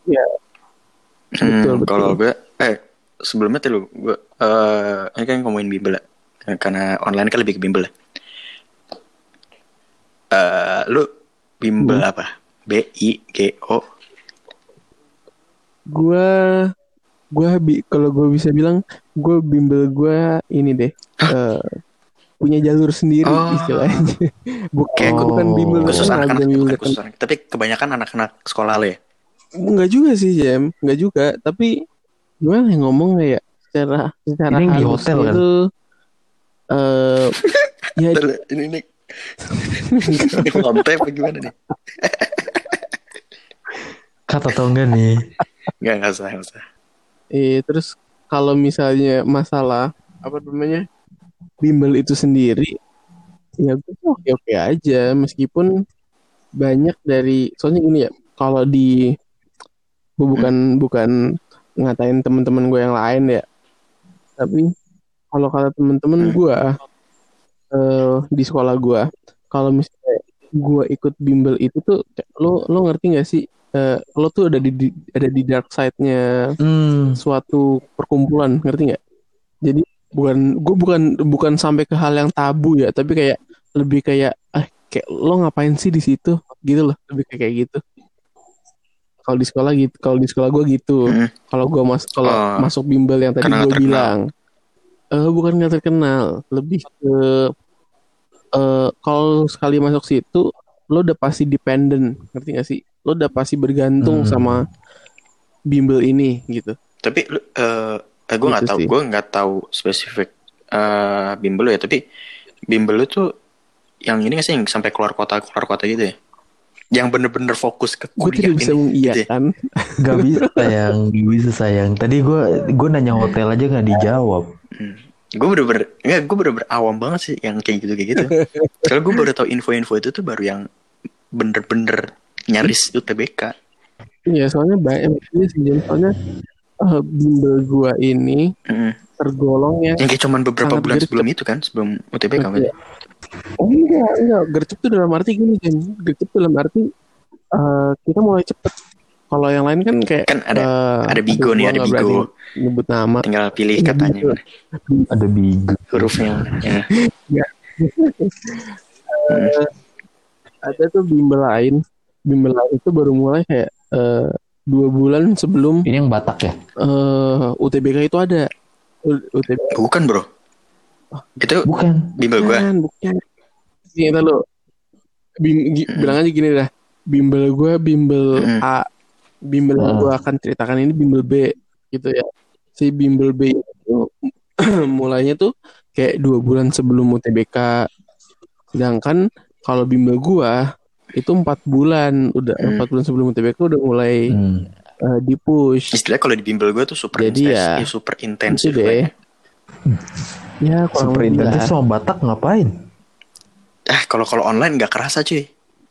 Iya. Betul. Kalau gue sebelumnya tuh gue ini kan ngomongin bimbel ya. Karena online kan lebih ke bimbel ya. Lu bimbel apa? BIGO? Kalau gue bisa bilang, gue bimbel gue ini deh, punya jalur sendiri istilahnya. Bukan bimbel khusus nasional, anak-anak, khusus anak. Tapi kebanyakan anak-anak sekolah lo ya? Enggak juga sih, Jam. Enggak juga. Tapi gimana yang ngomong ya? Secara ini di hotel kan? Itu, ya ini konten apa gimana nih? Kata tau enggak nih? Enggak usah. Terus kalau misalnya masalah apa namanya bimbel itu sendiri, ya gue oke aja meskipun banyak dari soalnya gini ya, kalau gue bukan ngatain teman-teman gue yang lain ya, tapi kalau kata teman-teman gue di sekolah gue, kalau misalnya gue ikut bimbel itu tuh lo ngerti nggak sih, lo tuh ada di dark side-nya suatu perkumpulan, ngerti nggak? Jadi bukan sampai ke hal yang tabu ya, tapi kayak lebih kayak kayak lo ngapain sih di situ gitu loh, lebih kayak gitu. Kalau di sekolah gue gitu. Kalau gue masuk bimbel yang tadi gue bilang, bukan nggak terkenal, lebih ke kalau sekali masuk situ lo udah pasti dependent, ngerti gak sih? Lo udah pasti bergantung sama bimbel ini gitu. Tapi gue nggak tahu spesifik bimbel lo ya, tapi bimbel lo tuh yang ini nggak sih, yang sampai keluar kota gitu ya? Yang bener-bener fokus ke kuliah ini. Gue tidak bisa mengiyakan. Gak bisa sayang. Tadi gue nanya hotel aja nggak dijawab. Gue bener-bener awam banget sih yang kayak gitu. Kalau gue baru tahu info-info itu tuh baru yang bener-bener nyaris UTBK. Iya, soalnya banyak soalnya bimbel gue ini tergolong yang kayak cuman beberapa bulan gercep. Sebelum itu kan, sebelum UTBK kan. Enggak, gercep tuh dalam arti gini kan. Gercep dalam arti kita mulai cepet. Kalau yang lain kan kayak ada Bigo nih, ada Bigo. Nyebut nama. Tinggal pilih katanya. Ada Bigo. Hurufnya. Ya. Ada tuh bimbel lain. Bimbel lain itu baru mulai kayak 2 bulan sebelum. Ini yang Batak ya? UTBK itu ada. UTBK. Bukan bro. Itu bukan bimbel gue. Bukan. Ini kita lo. Bilang aja gini dah. Bimbel gue bimbel A. Bimbel yang gue akan ceritakan ini bimbel B gitu ya. Si bimbel B itu mulainya tuh kayak 2 bulan sebelum UTBK. Sedangkan kalau bimbel gue itu 4 bulan. Udah 4 bulan sebelum UTBK udah mulai di-push. Istilahnya kalau di bimbel gue tuh super intensif deh. Ya, super intensif sama Batak ngapain? Kalau online nggak kerasa cuy.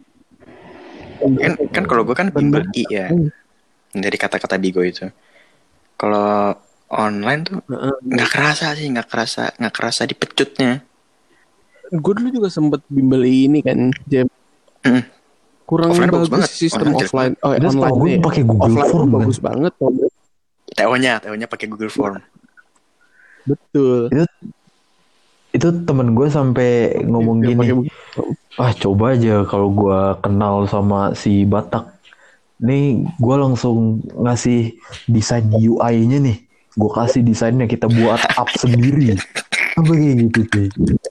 Kan kalau gue kan bimbel I ya, dari kata-kata Bigo itu. Kalau online tuh nggak kerasa dipecutnya. Gue dulu juga sempet bimbel ini kan, Jam. Kurang offline bagus sistem offline. Online gue pakai Google Form bagus banget. TO-nya pakai Google Form. Betul. Itu temen gue sampai ngomong gini, coba aja kalau gue kenal sama si Batak, nih gue langsung ngasih desain UI-nya nih, gue kasih desainnya, kita buat app sendiri, apa kayak gitu sih.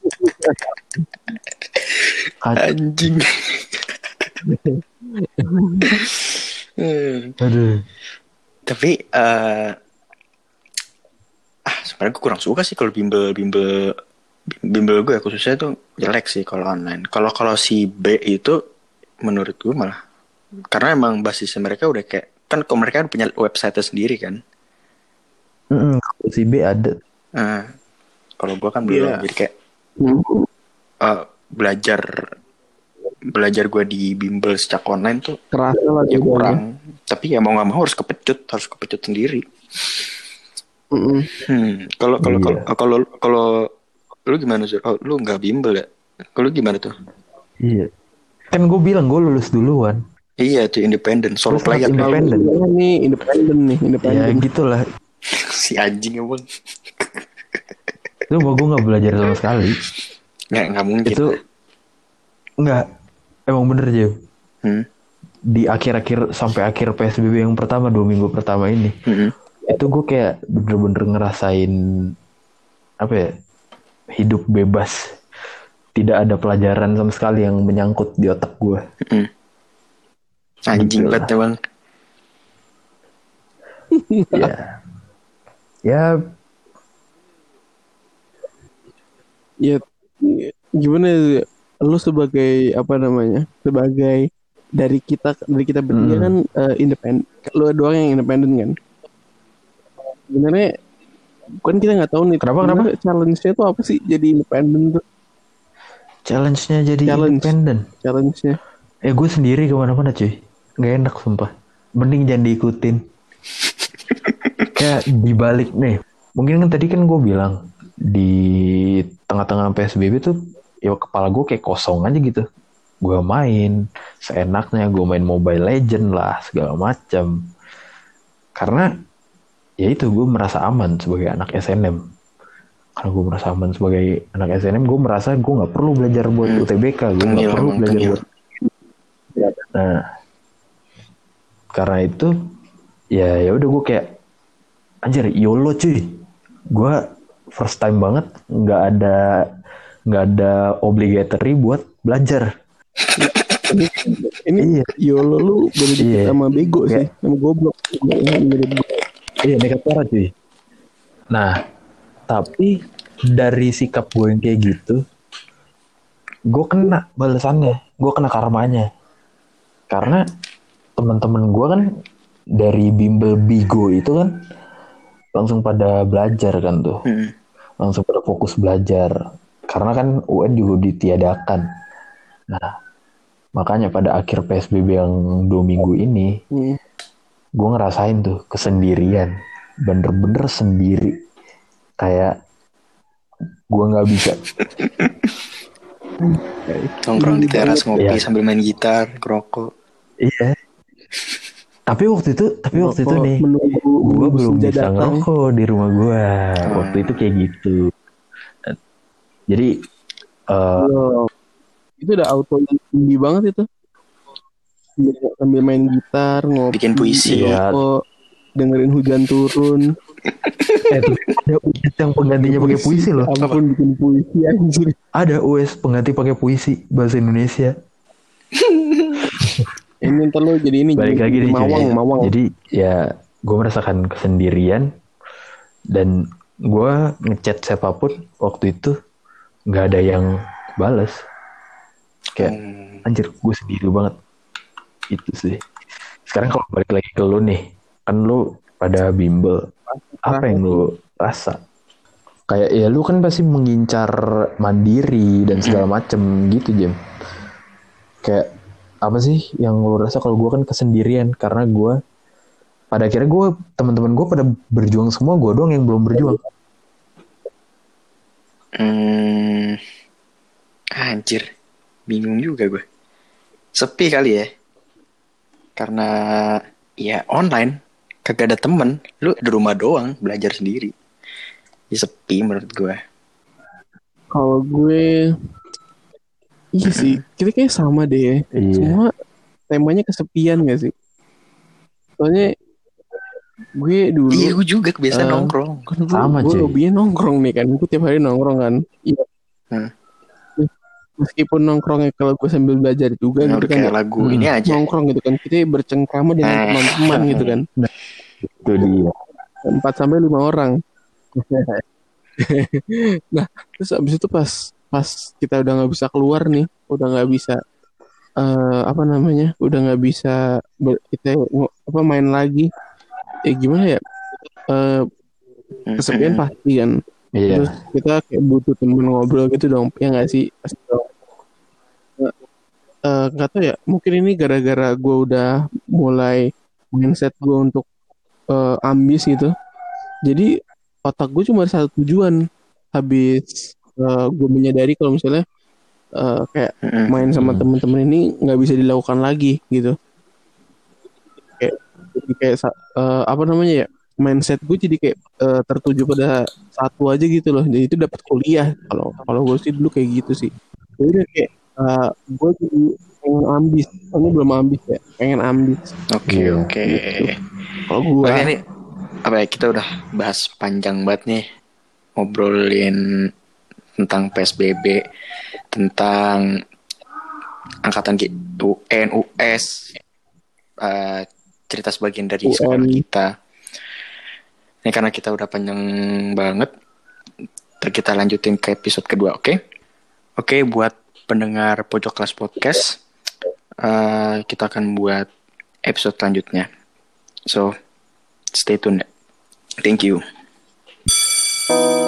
Anjing. Aduh. Tapi sebenarnya gue kurang suka sih kalau bimbel gue khususnya tuh jelek sih kalau online. Kalau si B itu menurut gue malah, karena emang basisnya mereka udah kayak, kan kalau mereka punya website sendiri kan. Kalau si B ada. Kalau gue kan belum, jadi kayak belajar gue di bimbel sejak online tuh kerasa lah ya kurang. Tapi ya mau nggak mau harus kepecut sendiri. Kalau lu gimana sih? Oh, lu nggak bimbel ya? Kalau gimana tuh? Iya. Kan gue bilang gue lulus duluan. Iya tuh independen, solo Gue sangat player. independen. Independen. Ya gitulah. Si anjing emang. Itu gue nggak belajar sama sekali. Nggak mungkin. Itu nggak, emang bener Jim. Di akhir-akhir sampai akhir PSBB yang pertama 2 minggu pertama ini, itu gue kayak bener-bener ngerasain apa ya, hidup bebas, tidak ada pelajaran sama sekali yang menyangkut di otak gue. Anjing banget emang. Ya gimana lu sebagai apa namanya, sebagai dari kita bertiga kan independen, lu doang yang independen kan. Sebenarnya kan kita nggak tahu nih kenapa challenge-nya tuh apa sih jadi independen tuh. Challenge-nya jadi independen. Challenge-nya. Gue sendiri kemana-mana cuy. Gak enak sumpah. Mending jangan diikutin. Kayak dibalik nih. Mungkin kan tadi kan gue bilang di tengah-tengah PSBB tuh ya kepala gue kayak kosong aja gitu. Gue main seenaknya, gue main Mobile Legend lah segala macam. Karena ya itu gue merasa aman sebagai anak SNM. Karena gue merasa aman sebagai anak SNM, gue merasa gue nggak perlu belajar buat UTBK, gue nggak perlu belajar buat. Nah, karena itu ya udah gue kayak anjir YOLO cuy. Gue first time banget nggak ada obligatory buat belajar. Ini YOLO lu beda sama bego sih, sama goblok. Iya nekat parah cuy. Nah, tapi dari sikap gue yang kayak gitu, gue kena balasannya, gue kena karmanya. Karena teman-teman gue kan dari bimbel Bigo itu kan langsung pada belajar kan tuh, langsung pada fokus belajar. Karena kan UN juga ditiadakan. Nah, makanya pada akhir PSBB yang 2 minggu ini, gue ngerasain tuh kesendirian, bener-bener sendiri. Kayak gue nggak bisa nongkrong di teras ngopi sambil main gitar, ngerokok. Iya. Tapi waktu itu nih gue belum bisa ngerokok di rumah gue. Waktu itu kayak gitu. Jadi itu udah auto indie banget itu. Sambil main gitar, ngopi, bikin puisi, ngerokok, dengerin hujan turun. Ada US yang penggantinya pakai puisi loh. Ampun, bikin puisi anjir. Ada US pengganti pakai puisi bahasa Indonesia. Ini ntar lo jadi ini balik lagi nih mawang. Jadi ya gue merasakan kesendirian dan gue ngechat siapapun waktu itu nggak ada yang balas. Kayak anjir gue sendiri banget. Itu sih. Sekarang kalau balik lagi ke lu nih, kan lu pada bimbel, apa yang lu rasa? Kayak ya lu kan pasti mengincar mandiri dan segala macem gitu Jam. Kayak apa sih yang lu rasa? Kalau gue kan kesendirian karena gue pada akhirnya gue teman-teman gue pada berjuang semua, gue doang yang belum berjuang. Anjir, bingung juga gue. Sepi kali ya. Karena ya online, kagak ada temen, lu di rumah doang belajar sendiri. Ya sepi menurut gue. Kalau gue iya sih, kita kayak sama deh. Iya. Semua temanya kesepian gak sih? Soalnya gue dulu gue juga kebiasaan nongkrong. Kan sama gue hobinya nongkrong nih kan. Gue tiap hari nongkrong kan. Iya. Meskipun nongkrongnya kalau gue sambil belajar juga gitu kan. Kayak lagu ini aja. Nongkrong gitu kan. Kita bercengkrama dengan teman-teman gitu kan. Itu dia. 4-5 orang. Nah, terus abis itu pas kita udah nggak bisa keluar nih, udah nggak bisa udah nggak bisa kita main lagi. Gimana ya? Kesepian pasti kan. Terus kita kayak butuh temen ngobrol gitu dong, ya nggak sih? Nggak tahu ya, mungkin ini gara-gara gue udah mulai mindset gue untuk ambis gitu. Jadi otak gue cuma satu tujuan. Habis gue menyadari kalau misalnya kayak main sama temen-temen ini nggak bisa dilakukan lagi gitu. jadi kayak apa namanya ya, mindset gue jadi kayak tertuju pada satu aja gitu loh. Jadi itu dapat kuliah. Kalau kalau gue sih dulu kayak gitu sih. Jadi udah kayak gue jadi pengen ambis. Ini belum ambis ya, pengen ambis. Oke. Gitu. Kalau gue Oke nih, apa ya, kita udah bahas panjang banget nih, ngobrolin tentang PSBB, tentang angkatan UN, US, cerita sebagian dari sekolah kita. Ini karena kita udah panjang banget, terus kita lanjutin ke episode kedua, oke? Oke, buat pendengar Pojok Kelas Podcast, kita akan buat episode selanjutnya. So, stay tuned. Thank you.